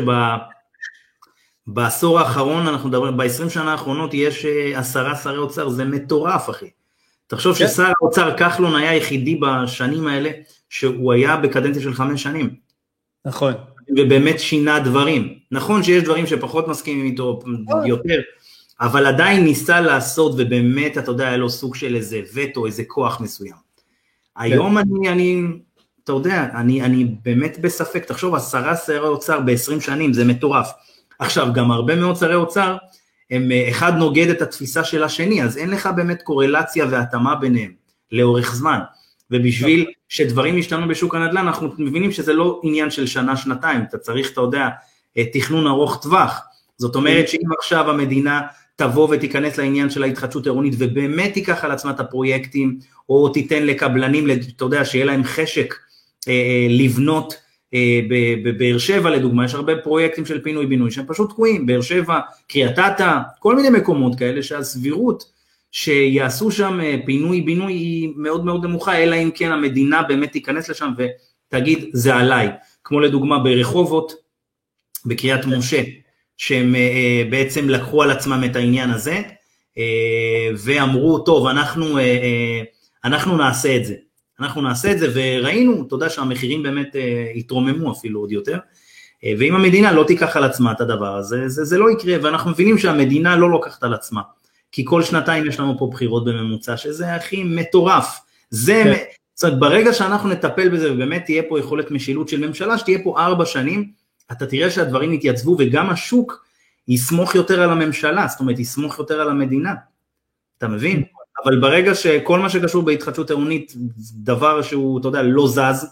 שבעשור האחרון, אנחנו מדברים, ב-עשרים שנה האחרונות יש עשרה שרי אוצר, זה מטורף, אחי. תחשוב כן. ששר האוצר כחלון היה יחידי בשנים האלה, שהוא היה בקדנציה של חמש שנים. נכון. ובאמת שינה דברים. נכון שיש דברים שפחות מסכימים איתו יותר, אבל עדיין ניסה לעשות, ובאמת, אתה יודע, היה לו סוג של איזה וטו, איזה כוח מסוים. היום אני, אני, אתה יודע, אני, אני באמת בספק, תחשוב, עשרה שרי אוצר ב-עשרים שנים, זה מטורף. עכשיו, גם הרבה מאוד שרי אוצר, הם אחד נוגד את התפיסה של השני, אז אין לך באמת קורלציה והתאמה ביניהם, לאורך זמן. ובשביל שדברים ישתנו בשוק הנדל"ן, אנחנו מבינים שזה לא עניין של שנה, שנתיים, אתה צריך, אתה יודע, תכנון ארוך טווח. זאת אומרת שאם עכשיו המדינה תבוא ותיכנס לעניין של ההתחדשות עירונית, ובאמת תיקח על עצמה את הפרויקטים, או תיתן לקבלנים, אתה יודע, שיהיה להם חשק אה, לבנות אה, בבאר שבע, לדוגמה, יש הרבה פרויקטים של פינוי בינוי, שהם פשוט תקועים, באר שבע, קריית אתא, כל מיני מקומות כאלה, שהסבירות שיעשו שם פינוי בינוי היא מאוד מאוד נמוכה, אלא אם כן המדינה באמת תיכנס לשם ותגיד, זה עליי, כמו לדוגמה ברחובות, בקריית משה, שהם בעצם לקחו על עצמם את העניין הזה, ואמרו, טוב, אנחנו, אנחנו נעשה את זה, אנחנו נעשה את זה, וראינו, אתה יודע שהמחירים באמת יתרוממו אפילו עוד יותר, ואם המדינה לא תיקח על עצמה את הדבר הזה, זה, זה לא יקרה, ואנחנו מבינים שהמדינה לא לוקחת על עצמה, כי כל שנתיים יש לנו פה בחירות בממוצע, שזה הכי מטורף, זה, כן. זאת אומרת, ברגע שאנחנו נטפל בזה, ובאמת תהיה פה יכולת משילות של ממשלה, שתהיה פה ארבע שנים, אתה תראה שהדברים יתייצבו, וגם השוק יסמוך יותר על הממשלה, זאת אומרת, יסמוך יותר על המדינה, אתה מבין? אבל ברגע שכל מה שקשור בהתחדשות עירונית, דבר שהוא, אתה יודע, לא זז.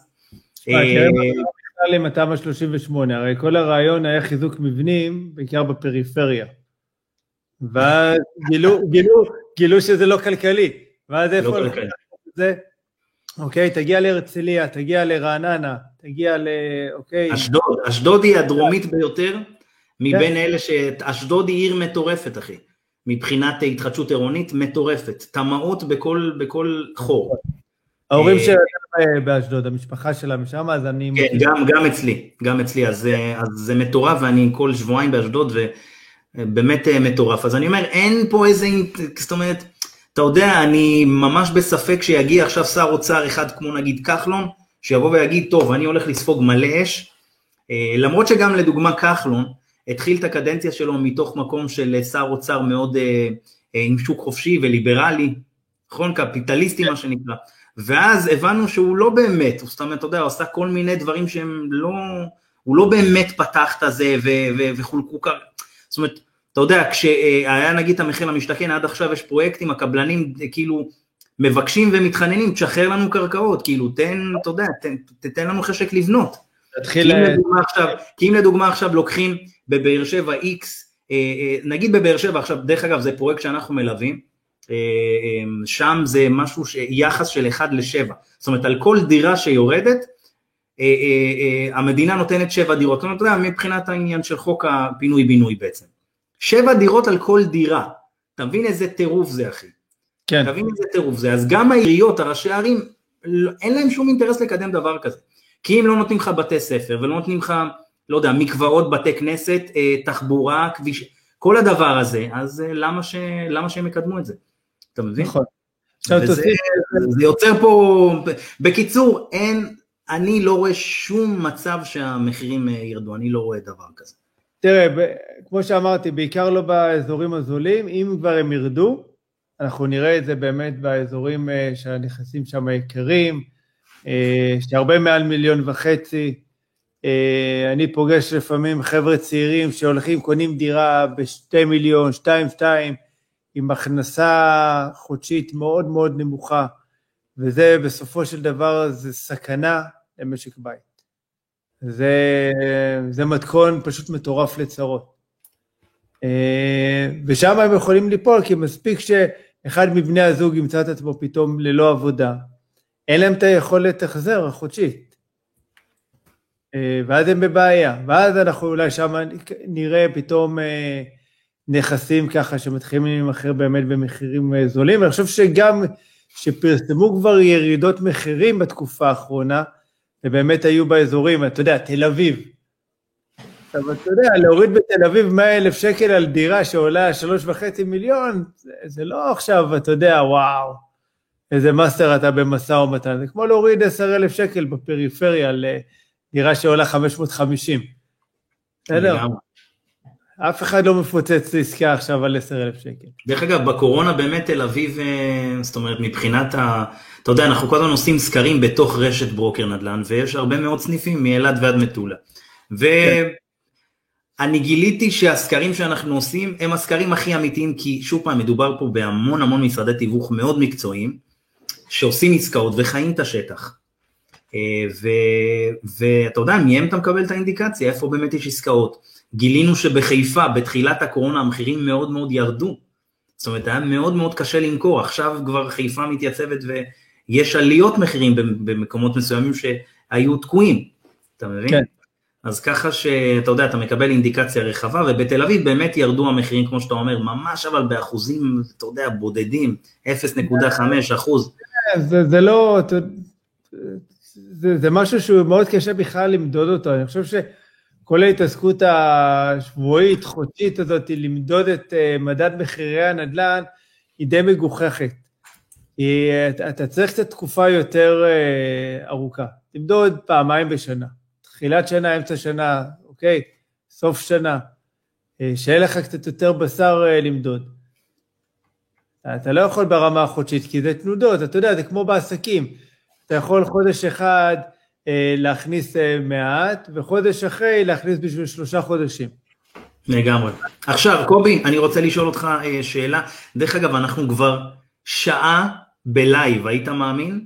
עם התמ"א שלושים ושמונה, הרי כל הרעיון היה חיזוק מבנים, בעיקר בפריפריה, ואז גילו, גילו, גילו שזה לא כלכלי, ואז איפה זה? אוקיי, תגיע להרצליה, תגיע לרעננה, תגיע ל... אוקיי. אשדוד, אשדוד היא הדרומית ביותר, מבין אלה שאשדוד היא עיר מטורפת, אחי, מבחינת התחדשות עירונית מטורפת, תמאות בכל, בכל חור. ההורים שלה באשדוד, המשפחה שלה משם, אז אני... כן, גם, גם אצלי, גם אצלי, אז, אז זה מטורף, ואני כל שבועיים באשדוד, ובאמת מטורף. אז אני אומר, אין פה איזה, זאת אומרת, אתה יודע, אני ממש בספק שיגיע עכשיו שר אוצר אחד, כמו נגיד כחלון, שיבוא ויגיד, טוב, אני הולך לספוג מלא אש, למרות שגם לדוגמה כחלון, התחיל את הקדנציה שלו מתוך מקום של שר אוצר מאוד עם שוק חופשי וליברלי, נכון, קפיטליסטי מה שנקרא, ואז הבנו שהוא לא באמת, זאת אומרת, אתה יודע, הוא עשה כל מיני דברים שהם לא, הוא לא באמת פתח את זה וחולקו כך, זאת אומרת, אתה יודע, כשהיה נגיד המחיר למשתכן, עד עכשיו יש פרויקטים, הקבלנים כאילו מבקשים ומתחננים, תשחרר לנו קרקעות, כאילו תן, אתה יודע, תן, תתן לנו חשק לבנות. כי אם לדוגמה עכשיו, כי אם לדוגמה עכשיו לוקחים בבאר שבע X נגיד בבאר שבע, עכשיו דרך אגב זה פרויקט שאנחנו מלווים, שם זה משהו, יחס של אחד לשבע, זאת אומרת על כל דירה שיורדת, המדינה נותנת שבע דירות, זאת אומרת, מבחינת העניין של חוק הפינוי בינוי בעצם, שבע דירות על כל דירה, אתה מבין איזה טירוף זה אחי, כן. אתה מבין איזה טירוף זה, אז גם העיריות, הראשי הערים, אין להם שום אינטרס לקדם דבר כזה, כי אם לא נותנים לך בתי ספר, ולא נותנים לך, לא יודע, מקוואות, בתי כנסת, תחבורה, כביש, כל הדבר הזה, אז למה, ש... למה שהם יקדמו את זה? אתה מבין? נכון. וזה, זה יוצר פה, בקיצור, אין, אני לא רואה שום מצב שהמחירים ירדו, אני לא רואה דבר כזה. תראה, כמו שאמרתי, בעיקר לא באזורים הזולים, אם כבר הם ירדו, אנחנו נראה את זה באמת באזורים שהנכסים שם יקרים, שהרבה מעל מיליון וחצי, אני פוגש לפעמים חבר'ה צעירים שהולכים, קונים דירה בשתי מיליון, שתיים, שתיים, עם הכנסה חודשית מאוד מאוד נמוכה, וזה בסופו של דבר זה סכנה למשק בית. זה, זה מתכון פשוט מטורף לצרות. ושם הם יכולים ליפול, כי מספיק שאחד מבני הזוג ימצא את עצמו פתאום ללא עבודה, אין להם את היכולת החזר החודשית. ואז הם בבעיה, ואז אנחנו אולי שם נראה פתאום נכסים ככה שמתחילים להימכר באמת במחירים זולים, אני חושב שגם שפרסמו כבר ירידות מחירים בתקופה האחרונה, ובאמת היו באזורים, אתה יודע, תל אביב, אבל אתה יודע, להוריד בתל אביב מאה אלף שקל על דירה שעולה שלוש וחצי מיליון, זה, זה לא עכשיו, אתה יודע, וואו, איזה מאסטר אתה במסע ומתן, זה כמו להוריד עשרה אלף שקל בפריפריה על דירה שעולה חמש מאות וחמישים. בסדר? אף אחד לא מפוצץ לעסקה עכשיו על עשרה אלף שקל. דרך אגב, בקורונה באמת תל אביב, זאת אומרת, מבחינת ה... אתה יודע, אנחנו כל הזמן עושים סקרים בתוך רשת ברוקר נדל"ן, ויש הרבה מאוד סניפים מאילת ועד מטולה. ואני גיליתי שהסקרים שאנחנו עושים, הם הסקרים הכי אמיתיים, כי שוב פעם, מדובר פה בהמון המון משרדי תיווך מאוד מקצועיים, שעושים עסקאות וחיים את השטח. ואתה יודע, מהם אתה מקבל את האינדיקציה, איפה באמת יש עסקאות. גילינו שבחיפה, בתחילת הקורונה, המחירים מאוד מאוד ירדו. זאת אומרת, היה מאוד מאוד קשה למכור. עכשיו כבר חיפה מתייצבת ויש עליות מחירים במקומות מסוימים שהיו תקועים. אתה מבין? כן. אז ככה שאתה יודע, אתה מקבל אינדיקציה רחבה, ובתל אביב באמת ירדו המחירים, כמו שאתה אומר, ממש אבל באחוזים, אתה יודע, בודדים, אפס נקודה חמש אחוז. זה, זה לא, זה, זה משהו שהוא מאוד קשה בכלל למדוד אותו. אני חושב שכל ההתעסקות השבועית, חודשית הזאת, למדוד את מדד מחירי הנדל"ן, היא די מגוחכת. היא, אתה צריך קצת תקופה יותר ארוכה. תמדוד פעמיים בשנה. תחילת שנה, אמצע שנה, אוקיי? סוף שנה. שיהיה לך קצת יותר בשר למדוד. אתה לא יכול ברמה החודשית, כי זה תנודות, אתה יודע, זה כמו בעסקים. אתה יכול חודש אחד להכניס מעט, וחודש אחרי להכניס בשביל שלושה חודשים. לגמרי. עכשיו, קובי, אני רוצה לשאול אותך שאלה. דרך אגב, אנחנו כבר שעה בלייב, היית מאמין?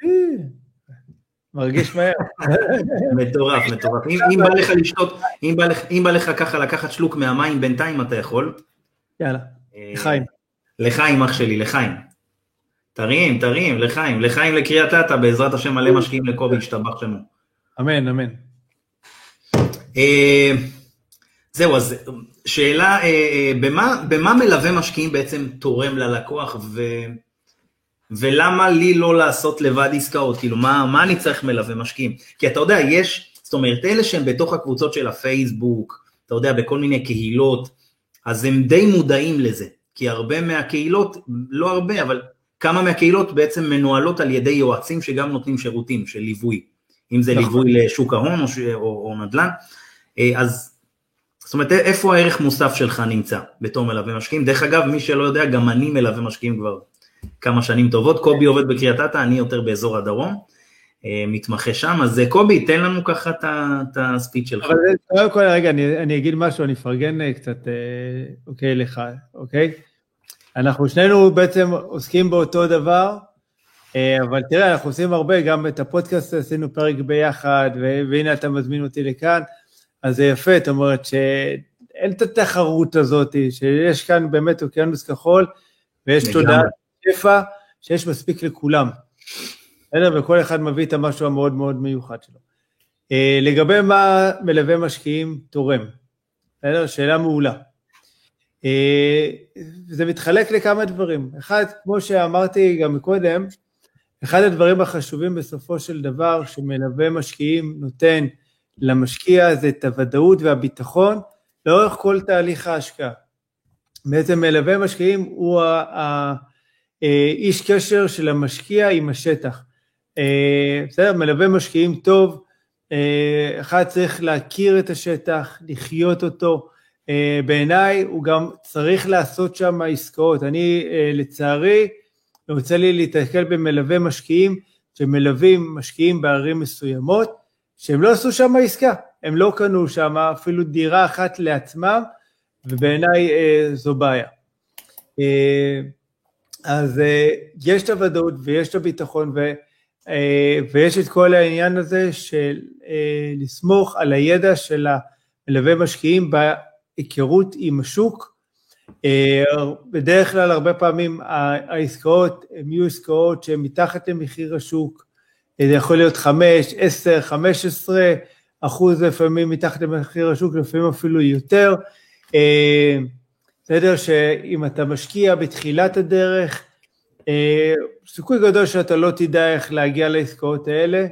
מרגיש מהר. מטורף, מטורף. אם בא לך לשתות, אם בא לך ככה לקחת שלוק מהמים בינתיים, אתה יכול? יאללה, לחיים. לחיים, אח שלי, לחיים. תרים, תרים, לחיים, לחיים לקריאת אתא, בעזרת השם מלא משקיעים לקובי, השתבח שמו. אמן, אמן. זהו, אז שאלה, במה מלווה משקיעים בעצם תורם ללקוח, ולמה לי לא לעשות לבד עסקאות? כאילו, מה אני צריך מלווה משקיעים? כי אתה יודע, יש, זאת אומרת, אלה שהם בתוך הקבוצות של הפייסבוק, אתה יודע, בכל מיני קהילות, אז הם די מודעים לזה. כי הרבה מהקהילות, לא הרבה, אבל כמה מהקהילות בעצם מנוהלות על ידי יועצים שגם נותנים שירותים של ליווי, אם זה ליווי לשוק ההון או, או, או נדל"ן, אז זאת אומרת, איפה הערך מוסף שלך נמצא בתור מלווה משקיעים? דרך אגב, מי שלא יודע, גם אני מלווה משקיעים כבר כמה שנים טובות, קובי עובד בקריית אתא, אני יותר באזור הדרום, מתמחה שם, אז קובי, תן לנו ככה את הספיץ שלך. אבל קודם כל, רגע, אני, אני אגיד משהו, אני אפרגן קצת, אוקיי, לך, אוקיי? אנחנו שנינו בעצם עוסקים באותו דבר, אבל תראה, אנחנו עושים הרבה, גם את הפודקאסט עשינו פרק ביחד, והנה אתה מזמין אותי לכאן, אז זה יפה, זאת אומרת אין את התחרות הזאת, שיש כאן באמת אוקיינוס כחול, ויש תודעה שפע, שיש מספיק לכולם. וכל אחד מביא את המשהו המאוד מאוד מיוחד שלו. לגבי מה מלווה משקיעים תורם, שאלה מעולה. זה מתחלק לכמה דברים. אחד, כמו שאמרתי גם מקודם, אחד הדברים החשובים בסופו של דבר שמלווה משקיעים נותן למשקיע זה את הוודאות והביטחון לאורך כל תהליך ההשקעה. בעצם מלווה משקיעים הוא האיש קשר של המשקיע עם השטח. בסדר, מלווה משקיעים טוב, אחד צריך להכיר את השטח, לחיות אותו, בעיניי הוא גם צריך לעשות שם עסקאות. אני לצערי רוצה לי להתקל במלווה משקיעים שמלווים משקיעים בערים מסוימות, שהם לא עשו שם עסקה, הם לא קנו שם אפילו דירה אחת לעצמם, ובעיניי זו בעיה. אז יש את הוודאות ויש את הביטחון ו... ויש את כל העניין הזה של לסמוך על הידע של המלווה משקיעים בהיכרות עם השוק. בדרך כלל הרבה פעמים העסקאות הן יהיו עסקאות שהן מתחת למחיר השוק, זה יכול להיות חמש, עשר, חמש עשרה אחוז לפעמים מתחת למחיר השוק, לפעמים אפילו יותר. בסדר שאם אתה משקיע בתחילת הדרך, סיכוי גדול שאתה לא תדע איך להגיע לעסקאות האלה,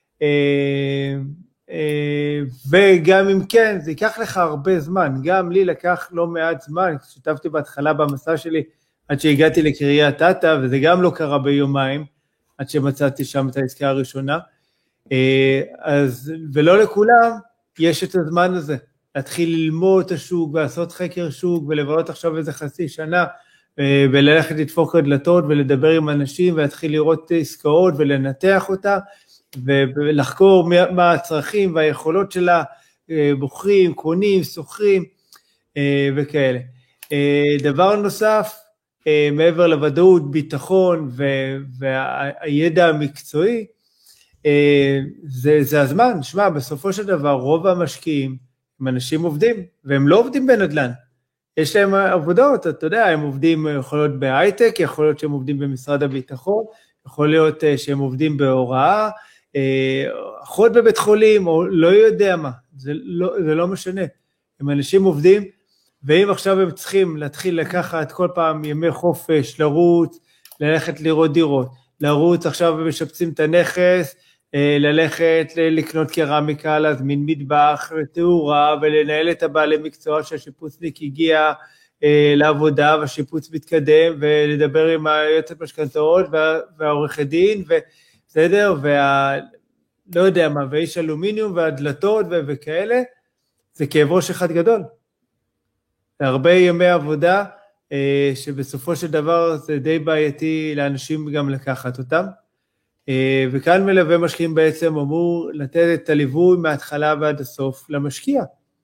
וגם אם כן, זה ייקח לך הרבה זמן, גם לי לקח לא מעט זמן, כששתפתי בהתחלה במסע שלי, עד שהגעתי לקריית אתא, וזה גם לא קרה ביומיים, עד שמצאתי שם את העסקה הראשונה, אז, ולא לכולם יש את הזמן הזה, להתחיל ללמוד את השוק, ולעשות חקר שוק, ולבלות עכשיו איזה חצי שנה, וללכת לדפוק הדלתות ולדבר עם אנשים ולהתחיל לראות עסקאות ולנתח אותה ולחקור מה הצרכים והיכולות שלה, בוחרים, קונים, סוחרים וכאלה. דבר נוסף, מעבר לוודאות, ביטחון והידע המקצועי, זה, זה הזמן. שמע, בסופו של דבר רוב המשקיעים הם אנשים עובדים והם לא עובדים בנדל"ן. יש להם עבודות, אתה יודע, הם עובדים, יכול להיות בהייטק, יכול להיות שהם עובדים במשרד הביטחון, יכול להיות שהם עובדים בהוראה, אחות בבית חולים, או לא יודע מה, זה לא, זה לא משנה. הם אנשים עובדים, ואם עכשיו הם צריכים להתחיל לקחת כל פעם ימי חופש, לרוץ, ללכת לראות דירות, לרוץ עכשיו ומשפצים את הנכס, ללכת לקנות קרמיקה, להזמין מטבח, תאורה, ולנהל את הבעלי מקצוע שהשיפוצניק הגיע לעבודה, והשיפוץ מתקדם, ולדבר עם היועצת משכנתאות, והעורך דין, ובסדר, וה... לא יודע מה, ואיש אלומיניום, והדלתות, וכאלה, זה כאב ראש אחד גדול. זה הרבה ימי עבודה, שבסופו של דבר זה די בעייתי לאנשים גם לקחת אותם, וכאן מלווה משקיעים בעצם אמור לתת את הליווי מההתחלה ועד הסוף למשקיע.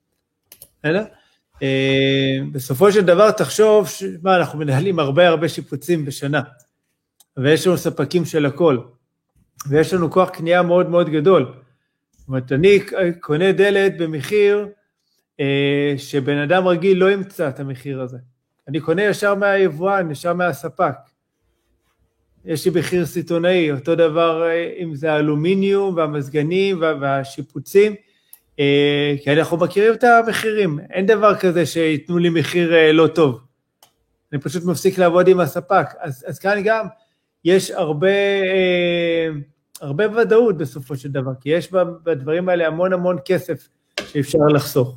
בסופו של דבר תחשוב, מה, אנחנו מנהלים הרבה הרבה שיפוצים בשנה, ויש לנו ספקים של הכל, ויש לנו כוח קנייה מאוד מאוד גדול. זאת אומרת, אני קונה דלת במחיר שבן אדם רגיל לא ימצא את המחיר הזה. אני קונה ישר מהיבואן, ישר מהספק. יש לי מחיר סיטונאי, אותו דבר אם זה האלומיניום והמזגנים והשיפוצים, כי אנחנו מכירים את המחירים, אין דבר כזה שיתנו לי מחיר לא טוב, אני פשוט מפסיק לעבוד עם הספק, אז, אז כאן גם יש הרבה, הרבה ודאות בסופו של דבר, כי יש בדברים האלה המון המון כסף שאפשר לחסוך.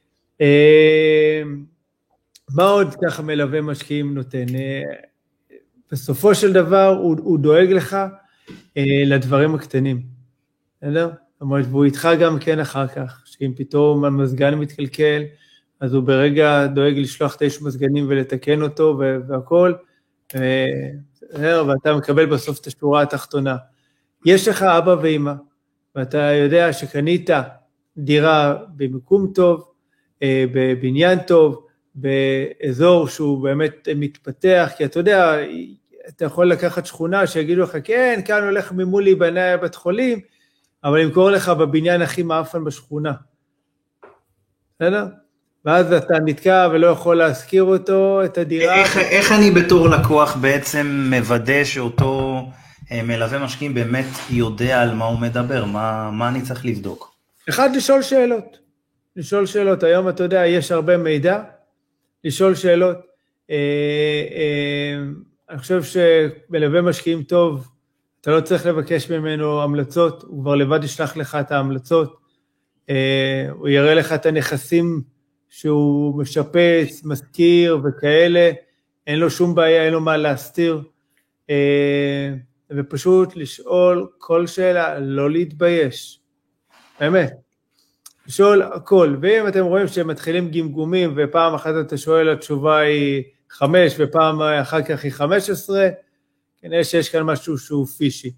מה עוד ככה מלווה משקיעים נותן? בסופו של דבר הוא, הוא דואג לך אה, לדברים הקטנים, בסדר? זאת אומרת, והוא איתך גם כן אחר כך, שאם פתאום המזגן מתקלקל, אז הוא ברגע דואג לשלוח את האיש מזגנים ולתקן אותו והכל, אה, ואתה מקבל בסוף את השורה התחתונה. יש לך אבא ואמא, ואתה יודע שקנית דירה במקום טוב, אה, בבניין טוב, באזור שהוא באמת מתפתח, כי אתה יודע, אתה יכול לקחת שכונה שיגידו לך, כן, כאן הולך ממולי בני בית חולים, אבל ימכור לך בבניין הכי מאפן בשכונה. בסדר? ואז אתה נתקע ולא יכול להזכיר אותו, את הדירה. איך, איך אני בתור לקוח בעצם מוודא שאותו מלווה משקיעים באמת יודע על מה הוא מדבר, מה, מה אני צריך לבדוק? אחד, לשאול שאלות. לשאול שאלות, היום אתה יודע, יש הרבה מידע, לשאול שאלות. אה, אה, אני חושב שמלווה משקיעים טוב, אתה לא צריך לבקש ממנו המלצות, הוא כבר לבד ישלח לך את ההמלצות, אה, הוא יראה לך את הנכסים שהוא משפץ, מזכיר וכאלה, אין לו שום בעיה, אין לו מה להסתיר, אה, ופשוט לשאול כל שאלה, לא להתבייש, באמת, לשאול הכל, ואם אתם רואים שהם מתחילים גמגומים, ופעם אחת אתה שואל, התשובה היא חמש, ופעם אחר כך היא חמש עשרה, כנראה שיש כאן משהו שהוא פישי.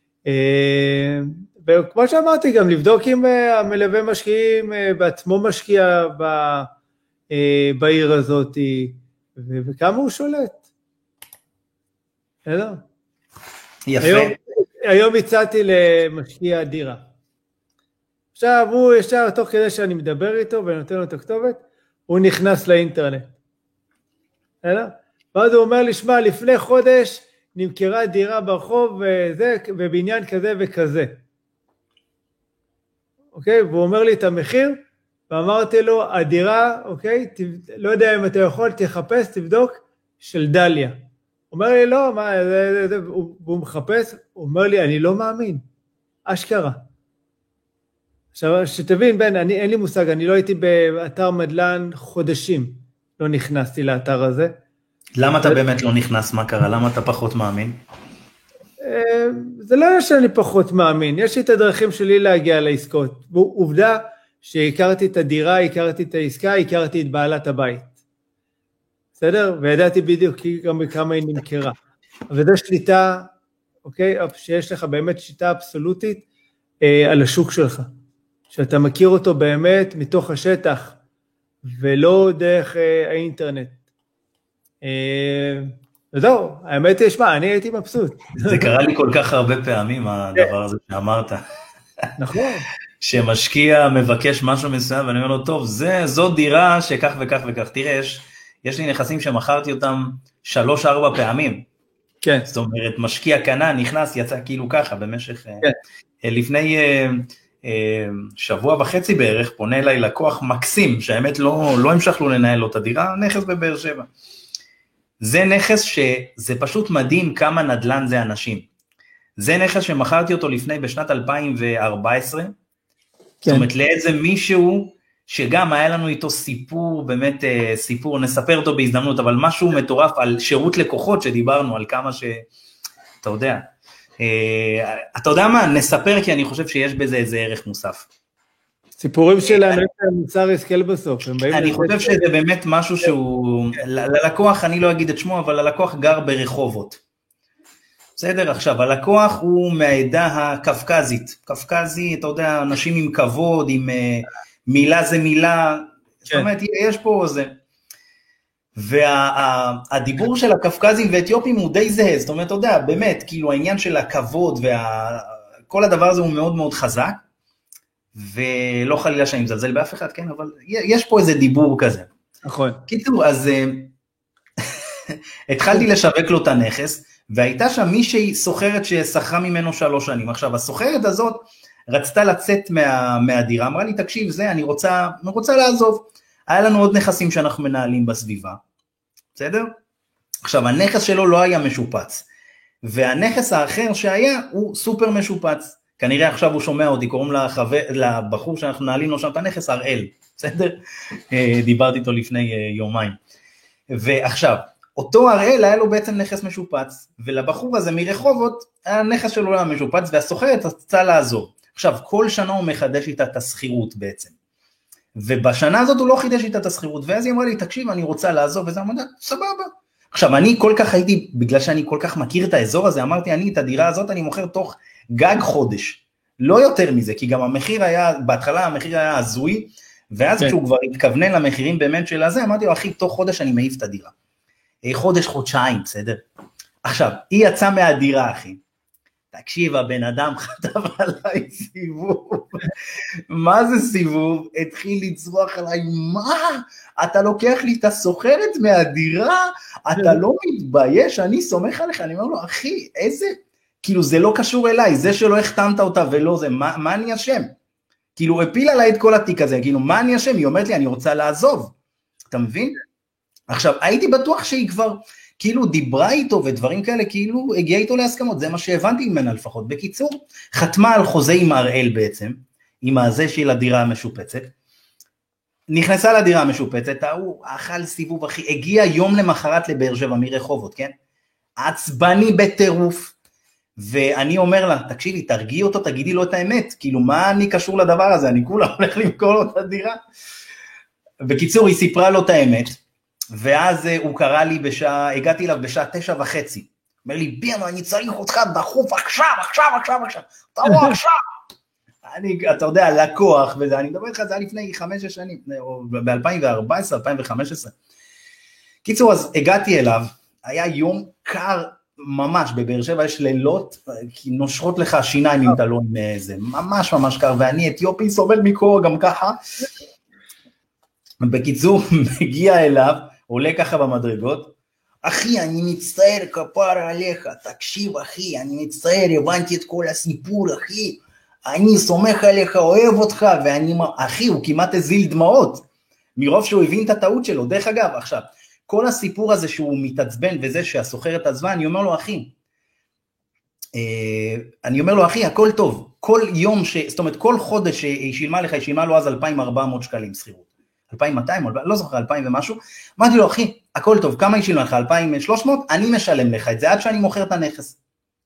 וכמו שאמרתי, גם לבדוק אם המלווה משקיעים בעצמו משקיע בעיר הזאת, וכמה הוא שולט. יפה. היום, היום הצעתי למשקיע דירה. עכשיו הוא ישר, תוך כדי שאני מדבר איתו ונותן לו את הכתובת, הוא נכנס לאינטרנט. ואז הוא אומר לי, שמע, לפני חודש נמכרה דירה ברחוב וזה, ובעניין כזה וכזה. אוקיי? והוא אומר לי את המחיר, ואמרתי לו, הדירה, אוקיי, לא יודע אם אתה יכול, תחפש, תבדוק, של דליה. הוא אומר לי, לא, מה, זה, זה, זה, והוא מחפש, הוא אומר לי, אני לא מאמין, אשכרה. עכשיו, שתבין, בן, אני, אין לי מושג, אני לא הייתי באתר מדלן חודשים, לא נכנסתי לאתר הזה. למה אתה באמת לא נכנס? מה קרה? למה אתה פחות מאמין? זה לא שאני פחות מאמין, יש לי את הדרכים שלי להגיע לעסקות. עובדה שהכרתי את הדירה, הכרתי את העסקה, הכרתי את בעלת הבית. בסדר? וידעתי בדיוק גם בכמה היא נמכרה. אבל זו שליטה, אוקיי? שיש לך באמת שליטה אבסולוטית אה, על השוק שלך. שאתה מכיר אותו באמת מתוך השטח, ולא דרך אה, האינטרנט. וזהו, האמת היא, שמה, אני הייתי מבסוט. זה קרה לי כל כך הרבה פעמים, הדבר הזה שאמרת. נכון. שמשקיע מבקש משהו מסוים, ואני אומר לו, טוב, זו דירה שכך וכך וכך. תראה, יש לי נכסים שמכרתי אותם שלוש, ארבע פעמים. כן. זאת אומרת, משקיע קנה, נכנס, יצא כאילו ככה, במשך... לפני שבוע וחצי בערך, פונה אליי לקוח מקסים, שהאמת לא המשכנו לנהל לו את הדירה, נכס בבאר שבע. זה נכס שזה פשוט מדהים כמה נדל"ן זה אנשים. זה נכס שמכרתי אותו לפני בשנת אלפיים וארבע עשרה, כן. זאת אומרת לאיזה מישהו שגם היה לנו איתו סיפור, באמת סיפור, נספר אותו בהזדמנות, אבל משהו מטורף על שירות לקוחות שדיברנו, על כמה ש... אתה יודע, אתה יודע מה? נספר כי אני חושב שיש בזה איזה ערך מוסף. סיפורים שלנו, מוצר הסקל בסוף. אני חושב שזה באמת משהו שהוא, ללקוח, אני לא אגיד את שמו, אבל הלקוח גר ברחובות. בסדר? עכשיו, הלקוח הוא מהעדה הקפקזית. קפקזי, אתה יודע, אנשים עם כבוד, עם מילה זה מילה, זאת אומרת, יש פה זה. והדיבור של הקפקזים ואתיופים הוא די זהה, זאת אומרת, אתה יודע, באמת, כאילו העניין של הכבוד, וכל הדבר הזה הוא מאוד מאוד חזק, ולא חלילה שאני מזלזל באף אחד, כן, אבל יש פה איזה דיבור כזה. נכון. קיצור, אז התחלתי לשווק לו את הנכס, והייתה שם מישהי סוחרת ששכרה ממנו שלוש שנים. עכשיו, הסוחרת הזאת רצתה לצאת מה, מהדירה, אמרה לי, תקשיב, זה, אני רוצה, אני רוצה לעזוב. היה לנו עוד נכסים שאנחנו מנהלים בסביבה, בסדר? עכשיו, הנכס שלו לא היה משופץ, והנכס האחר שהיה הוא סופר משופץ. כנראה עכשיו הוא שומע אותי, קוראים לחבר, לבחור שאנחנו נעלים לו שם את הנכס, הראל, בסדר? דיברתי איתו לפני יומיים. ועכשיו, אותו הראל היה לו בעצם נכס משופץ, ולבחור הזה מרחובות, הנכס שלו היה משופץ, והסוחרת רצתה לעזור. עכשיו, כל שנה הוא מחדש איתה את הסחירות בעצם. ובשנה הזאת הוא לא חידש איתה את הסחירות, ואז היא אמרה לי, תקשיב, אני רוצה לעזור, וזה אמרה, סבבה. עכשיו, אני כל כך הייתי, בגלל שאני כל כך מכיר את האזור הזה, אמרתי, אני את הדירה הזאת, אני מוכר תוך גג חודש, לא יותר מזה, כי גם המחיר היה, בהתחלה המחיר היה הזוי, ואז כן. כשהוא כבר התכוונן למחירים באמת של הזה, אמרתי לו, אחי, תוך חודש אני מעיף את הדירה. חודש, חודשיים, בסדר? עכשיו, היא יצאה מהדירה, אחי. תקשיב, הבן אדם חטב עליי סיבוב, מה זה סיבוב? התחיל לצרוח עליי, מה? אתה לוקח לי את הסוחרת מהדירה? אתה לא מתבייש? אני סומך עליך, אני אומר לו, אחי, איזה, כאילו זה לא קשור אליי, זה שלא החתמת אותה ולא זה, מה, מה אני אשם? כאילו הפיל עליי את כל התיק הזה, כאילו מה אני אשם? היא אומרת לי, אני רוצה לעזוב, אתה מבין? עכשיו, הייתי בטוח שהיא כבר, כאילו דיברה איתו ודברים כאלה, כאילו הגיעה איתו להסכמות, זה מה שהבנתי ממנה לפחות. בקיצור, חתמה על חוזה עם הראל בעצם, עם הזה של הדירה המשופצת, נכנסה לדירה המשופצת, הוא אכל סיבוב אחי, הגיע יום למחרת לבאר שבע מרחובות, כן? עצבני בטירוף, ואני אומר לה, תקשיבי, תרגיעי אותו, תגידי לו את האמת, כאילו מה אני קשור לדבר הזה, אני כולה הולך למכור לו את הדירה. בקיצור, היא סיפרה לו את האמת, ואז הוא קרא לי בשעה, הגעתי אליו בשעה תשע וחצי, אומר לי, ביאנו, אני צריך אותך דחוף עכשיו, עכשיו, עכשיו, עכשיו, תבוא עכשיו. אני, אתה יודע, לקוח, וזה, אני מדבר איתך, זה היה לפני חמש שנים, או ב-אלפיים וארבע עשרה, אלפיים וחמש עשרה. קיצור, אז הגעתי אליו, היה יום קר ממש, בבאר שבע יש לילות, כי נושרות לך השיניים אם אתה לא עם זה, ממש ממש קר, ואני אתיופי סובל מקור גם ככה. בקיצור, מגיע אליו, עולה ככה במדרגות, אחי, אני מצטער, כפרה עליך, תקשיב אחי, אני מצטער, הבנתי את כל הסיפור, אחי, אני סומך עליך, אוהב אותך, ואני, אחי, הוא כמעט הזיל דמעות, מרוב שהוא הבין את הטעות שלו. דרך אגב, עכשיו, כל הסיפור הזה שהוא מתעצבן, וזה שהסוחרת עזבה, אני אומר לו, אחי, אני אומר לו, אחי, הכל טוב, כל יום, ש, זאת אומרת, כל חודש שהיא שילמה לך, היא שילמה לו אז אלפיים וארבע מאות שקלים שכירות, אלפיים ומאתיים, לא זוכר, אלפיים ומשהו, אמרתי לו, אחי, הכל טוב, כמה היא שילמה לך, אלפיים ושלוש מאות, אני משלם לך את זה, עד שאני מוכר את הנכס.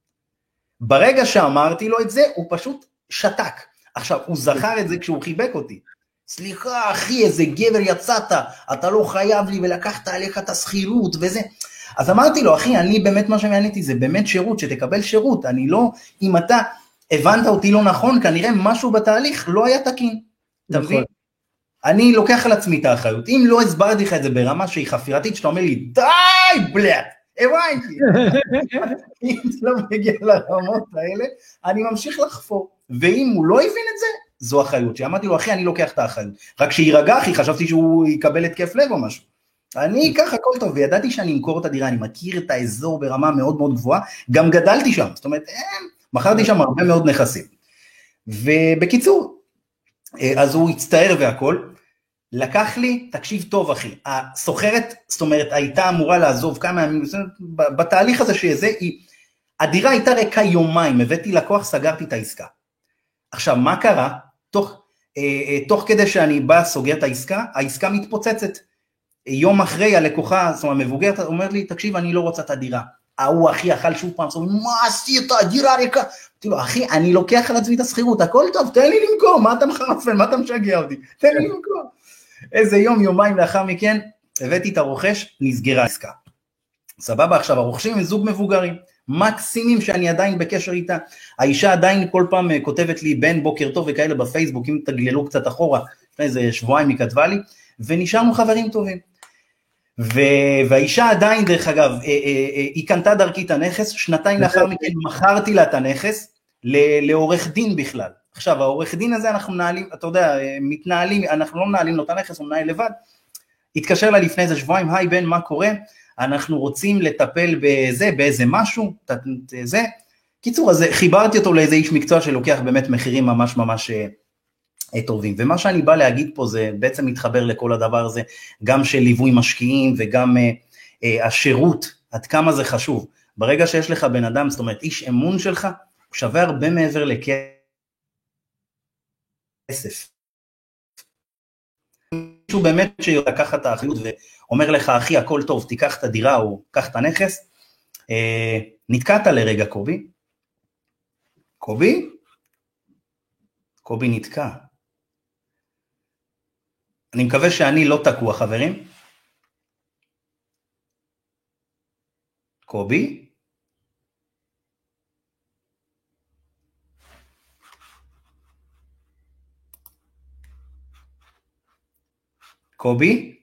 ברגע שאמרתי לו את זה, הוא פשוט שתק. עכשיו, הוא זכר את זה כשהוא חיבק אותי. סליחה, אחי, איזה גבר יצאת, אתה לא חייב לי ולקחת עליך את השכירות וזה. אז אמרתי לו, אחי, אני באמת מה שמעניתי, זה באמת שירות, שתקבל שירות, אני לא, אם אתה הבנת אותי לא נכון, כנראה משהו בתהליך לא היה תקין. אתה מבין? אני לוקח על עצמי את האחריות, אם לא הסברתי לך את זה ברמה שהיא חפירתית, שאתה אומר לי, די, בלט, הבנתי. אם זה לא מגיע לרמות האלה, אני ממשיך לחפור, ואם הוא לא הבין את זה, זו אחריות, שאמרתי לו, אחי, אני לוקח את האחריות, רק שירגע, אחי, חשבתי שהוא יקבל את כיף לב או משהו, אני אקח הכל טוב, וידעתי שאני אמכור את הדירה, אני מכיר את האזור ברמה מאוד מאוד גבוהה, גם גדלתי שם, זאת אומרת, מכרתי שם הרבה מאוד נכסים, ובקיצור, אז הוא הצטער והכל, לקח לי, תקשיב טוב אחי, הסוחרת, זאת אומרת, הייתה אמורה לעזוב כמה ימים, בתהליך הזה שזה, הדירה הייתה ריקה יומיים, הבאתי לקוח, סגרתי את העסקה. עכשיו, מה קרה? תוך, תוך כדי שאני בא, סוגר את העסקה, העסקה מתפוצצת. יום אחרי, הלקוחה, זאת אומרת, מבוגרת, אומרת לי, תקשיב, אני לא רוצה את הדירה. ההוא אחי אכל שוב פעם, זאת אומרת, מה עשית, הדירה ריקה? אמרתי לו, אחי, אני לוקח על עצמי את השכירות, הכל טוב, תן לי למכור, מה אתה מחרפן, מה אתה משגע אותי? תן לי למכור. איזה יום, יומיים לאחר מכן, הבאתי את הרוכש, נסגרה עסקה. סבבה, עכשיו, הרוכשים הם זוג מבוגרים, מקסימים שאני עדיין בקשר איתה, האישה עדיין כל פעם כותבת לי בין בוקר טוב וכאלה בפייסבוק, אם תגללו קצת אחורה, לפני איזה שבועיים היא כתבה לי, ונשארנו חברים טובים. והאישה עדיין, דרך אגב, היא קנתה דרכי את הנכס, שנתיים לאחר מכן מכרתי לה את הנכס, לעורך דין בכלל. עכשיו, העורך דין הזה אנחנו מנהלים, אתה יודע, מתנהלים, אנחנו לא מנהלים לו את הנכס, הוא מנהל לבד, התקשר לה לפני איזה שבועיים, היי בן, מה קורה? אנחנו רוצים לטפל בזה, באיזה משהו, זה. קיצור, אז חיברתי אותו לאיזה איש מקצוע שלוקח באמת מחירים ממש ממש טובים, ומה שאני בא להגיד פה זה בעצם מתחבר לכל הדבר הזה, גם של ליווי משקיעים וגם אה, השירות, עד כמה זה חשוב. ברגע שיש לך בן אדם, זאת אומרת, איש אמון שלך, הוא שווה הרבה מעבר לכסף. מישהו באמת שלקח את האחריות ואומר לך, אחי, הכל טוב, תיקח את הדירה או קח את הנכס, אה, נתקעת לרגע, קובי? קובי? קובי נתקע. אני מקווה שאני לא תקוע, חברים. קובי? קובי?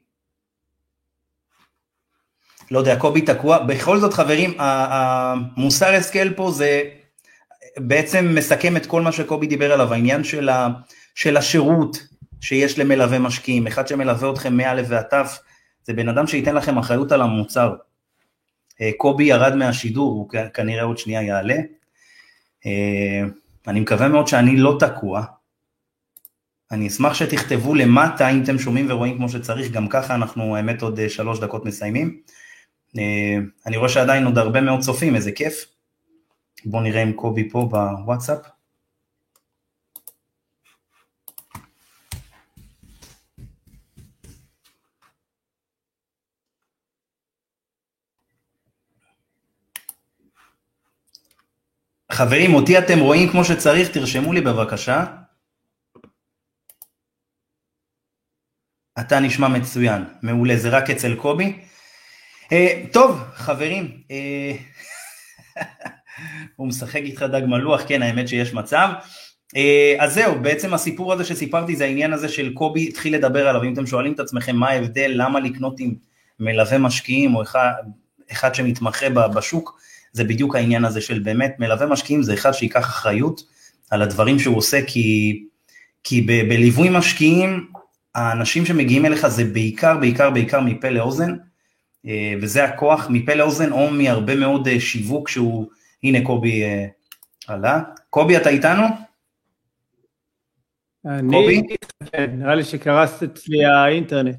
לא יודע, קובי תקוע. בכל זאת, חברים, המוסר השכל פה זה, בעצם מסכם את כל מה שקובי דיבר עליו, העניין של, ה, של השירות שיש למלווה משקיעים, אחד שמלווה אתכם מא' ועד ת', זה בן אדם שייתן לכם אחריות על המוצר. קובי ירד מהשידור, הוא כנראה עוד שנייה יעלה, אני מקווה מאוד שאני לא תקוע, אני אשמח שתכתבו למטה, אם אתם שומעים ורואים כמו שצריך, גם ככה אנחנו האמת עוד שלוש דקות מסיימים, אני רואה שעדיין עוד הרבה מאוד צופים, איזה כיף, בואו נראה עם קובי פה בוואטסאפ, חברים, אותי אתם רואים כמו שצריך, תרשמו לי בבקשה. אתה נשמע מצוין, מעולה, זה רק אצל קובי. אה, טוב, חברים, אה, הוא משחק איתך דג מלוח, כן, האמת שיש מצב. אה, אז זהו, בעצם הסיפור הזה שסיפרתי, זה העניין הזה של קובי התחיל לדבר עליו, אם אתם שואלים את עצמכם מה ההבדל, למה לקנות עם מלווה משקיעים, או אחד, אחד שמתמחה בשוק, זה בדיוק העניין הזה של באמת מלווה משקיעים, זה אחד שיקח אחריות על הדברים שהוא עושה, כי, כי ב, בליווי משקיעים, האנשים שמגיעים אליך זה בעיקר, בעיקר, בעיקר מפה לאוזן, וזה הכוח מפה לאוזן, או מהרבה מאוד שיווק שהוא, הנה קובי עלה. קובי, אתה איתנו? אני, קובי? כן, נראה לי שקרסת אצלי האינטרנט.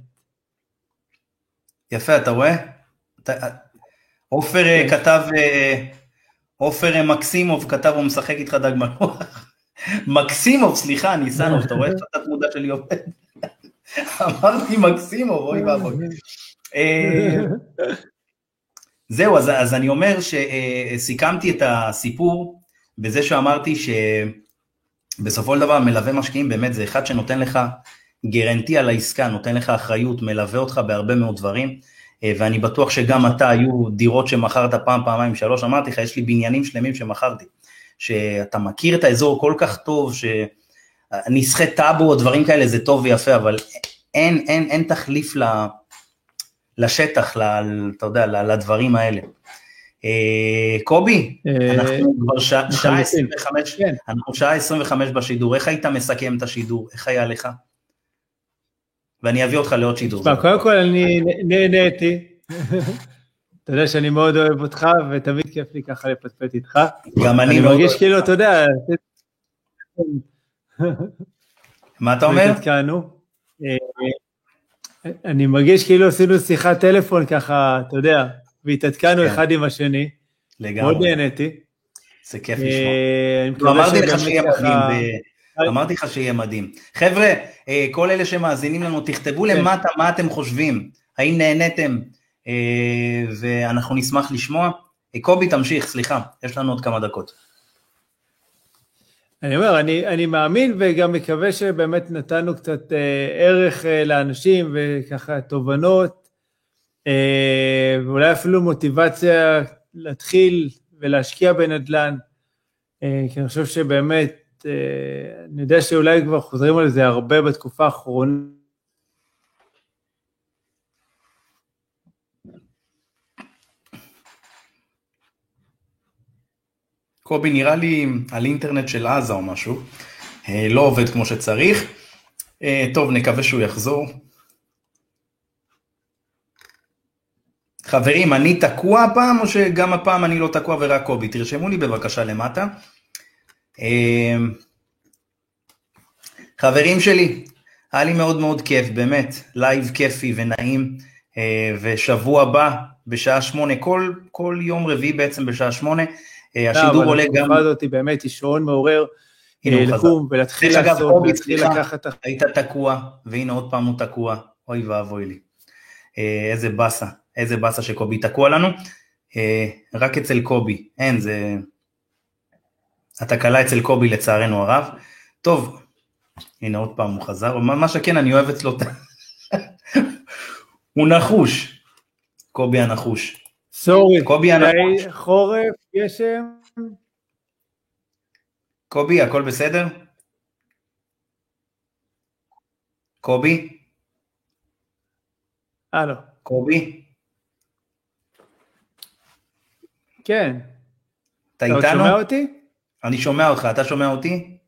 יפה, אתה רואה? אתה... עופר כתב, עופר מקסימוב כתב, הוא משחק איתך דג מלוח. מקסימוב, סליחה, ניסנוב, אתה רואה את התמודה שלי עובד? אמרתי מקסימוב, אוי ואבוי. זהו, אז, אז אני אומר שסיכמתי את הסיפור, בזה שאמרתי שבסופו של דבר מלווה משקיעים, באמת זה אחד שנותן לך גרנטי על העסקה, נותן לך אחריות, מלווה אותך בהרבה מאוד דברים, ואני בטוח שגם אתה, היו דירות שמכרת פעם, פעמיים, שלוש, אמרתי לך, יש לי בניינים שלמים שמכרתי, שאתה מכיר את האזור כל כך טוב, שנסחי טאבו או דברים כאלה, זה טוב ויפה, אבל אין, אין, אין תחליף לשטח, אתה יודע, לדברים האלה. קובי, אנחנו כבר שעה עשרים וחמש, אנחנו שעה עשרים וחמש בשידור, איך היית מסכם את השידור, איך היה לך? ואני אביא אותך לעוד שידור. קודם כל אני נהניתי, אתה יודע שאני מאוד אוהב אותך, ותמיד כיף לי ככה לפטפט איתך. גם אני מאוד. אני מרגיש כאילו, אתה יודע, מה אתה אומר? אני מרגיש כאילו עשינו שיחת טלפון ככה, אתה יודע, והתעדכנו אחד עם השני. לגמרי. מאוד נהניתי. זה כיף לשמוע. אמרתי לך שיהיה מדהים, אמרתי לך שיהיה מדהים. חבר'ה, כל אלה שמאזינים לנו, תכתבו למטה מה אתם חושבים, האם נהניתם, ואנחנו נשמח לשמוע. קובי, תמשיך, סליחה, יש לנו עוד כמה דקות. אני אומר, אני, אני מאמין וגם מקווה שבאמת נתנו קצת אה, ערך אה, לאנשים וככה תובנות, אה, ואולי אפילו מוטיבציה להתחיל ולהשקיע בנדל"ן, אה, כי אני חושב שבאמת, אה, אני יודע שאולי כבר חוזרים על זה הרבה בתקופה האחרונה, קובי, נראה לי על אינטרנט של עזה או משהו, לא עובד כמו שצריך, טוב, נקווה שהוא יחזור. חברים, אני תקוע הפעם, או שגם הפעם אני לא תקוע ורק קובי? תרשמו לי בבקשה למטה. חברים שלי, היה לי מאוד מאוד כיף, באמת, לייב כיפי ונעים, ושבוע הבא בשעה שמונה, כל, כל יום רביעי בעצם בשעה שמונה, השידור עולה גם... התקופה הזאת היא באמת שעון מעורר לקום ולהתחיל לעשות, ולהתחיל לקחת... היית תקוע, והנה עוד פעם הוא תקוע, אוי ואבוי לי. איזה בסה, איזה בסה שקובי תקוע לנו, רק אצל קובי, אין, זה... התקלה אצל קובי לצערנו הרב. טוב, הנה עוד פעם הוא חזר, מה שכן אני אוהב אצלו, הוא נחוש, קובי הנחוש. סורי, קובי הנחוש. חורף, גשם. קובי, הכל בסדר? קובי? הלו. קובי? כן. אתה איתנו? אתה שומע אותי? אני שומע אותך, אתה שומע אותי?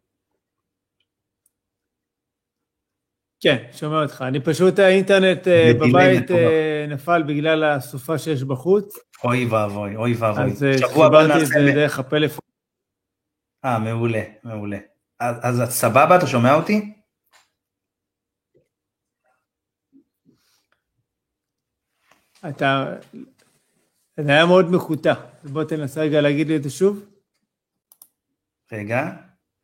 כן, שומע אותך. אני פשוט האינטרנט בבית נפל בגלל הסופה שיש בחוץ. אוי ואבוי, אוי ואבוי. אז חיברתי את זה דרך הפלאפון. אה, מעולה, מעולה. אז את סבבה, אתה שומע אותי? אתה... זה היה מאוד מקוטע. בוא תנסה רגע להגיד לי את זה שוב. רגע.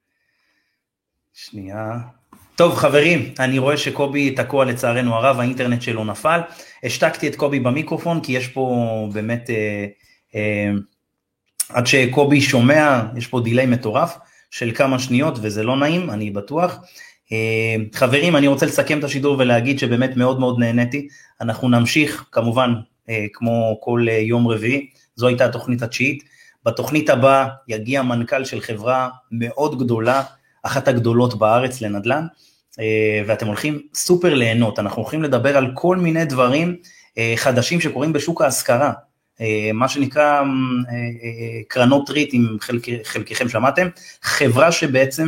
שנייה. טוב חברים, אני רואה שקובי תקוע לצערנו הרב, האינטרנט שלו נפל. השתקתי את קובי במיקרופון, כי יש פה באמת, אה, אה, עד שקובי שומע, יש פה דילי מטורף של כמה שניות, וזה לא נעים, אני בטוח. אה, חברים, אני רוצה לסכם את השידור ולהגיד שבאמת מאוד מאוד נהניתי. אנחנו נמשיך, כמובן, אה, כמו כל אה, יום רביעי, זו הייתה התוכנית התשיעית. בתוכנית הבאה יגיע מנכ"ל של חברה מאוד גדולה, אחת הגדולות בארץ לנדל"ן, ואתם הולכים סופר ליהנות, אנחנו הולכים לדבר על כל מיני דברים חדשים שקורים בשוק ההשכרה, מה שנקרא קרנות ריט, אם חלקכם שמעתם, חברה שבעצם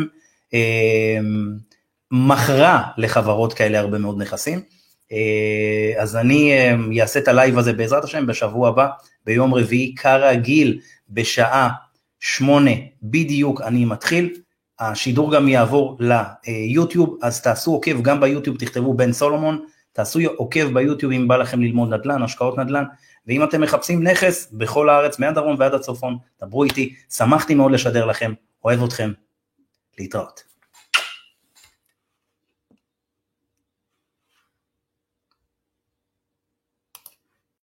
מכרה לחברות כאלה הרבה מאוד נכסים, אז אני אעשה את הלייב הזה בעזרת השם בשבוע הבא, ביום רביעי, כרגיל, בשעה שמונה בדיוק אני מתחיל, השידור גם יעבור ליוטיוב, אז תעשו עוקב גם ביוטיוב, תכתבו בן סולומון, תעשו עוקב ביוטיוב אם בא לכם ללמוד נדל"ן, השקעות נדל"ן, ואם אתם מחפשים נכס בכל הארץ, מהדרום ועד הצפון, דברו איתי, שמחתי מאוד לשדר לכם, אוהב אתכם, להתראות.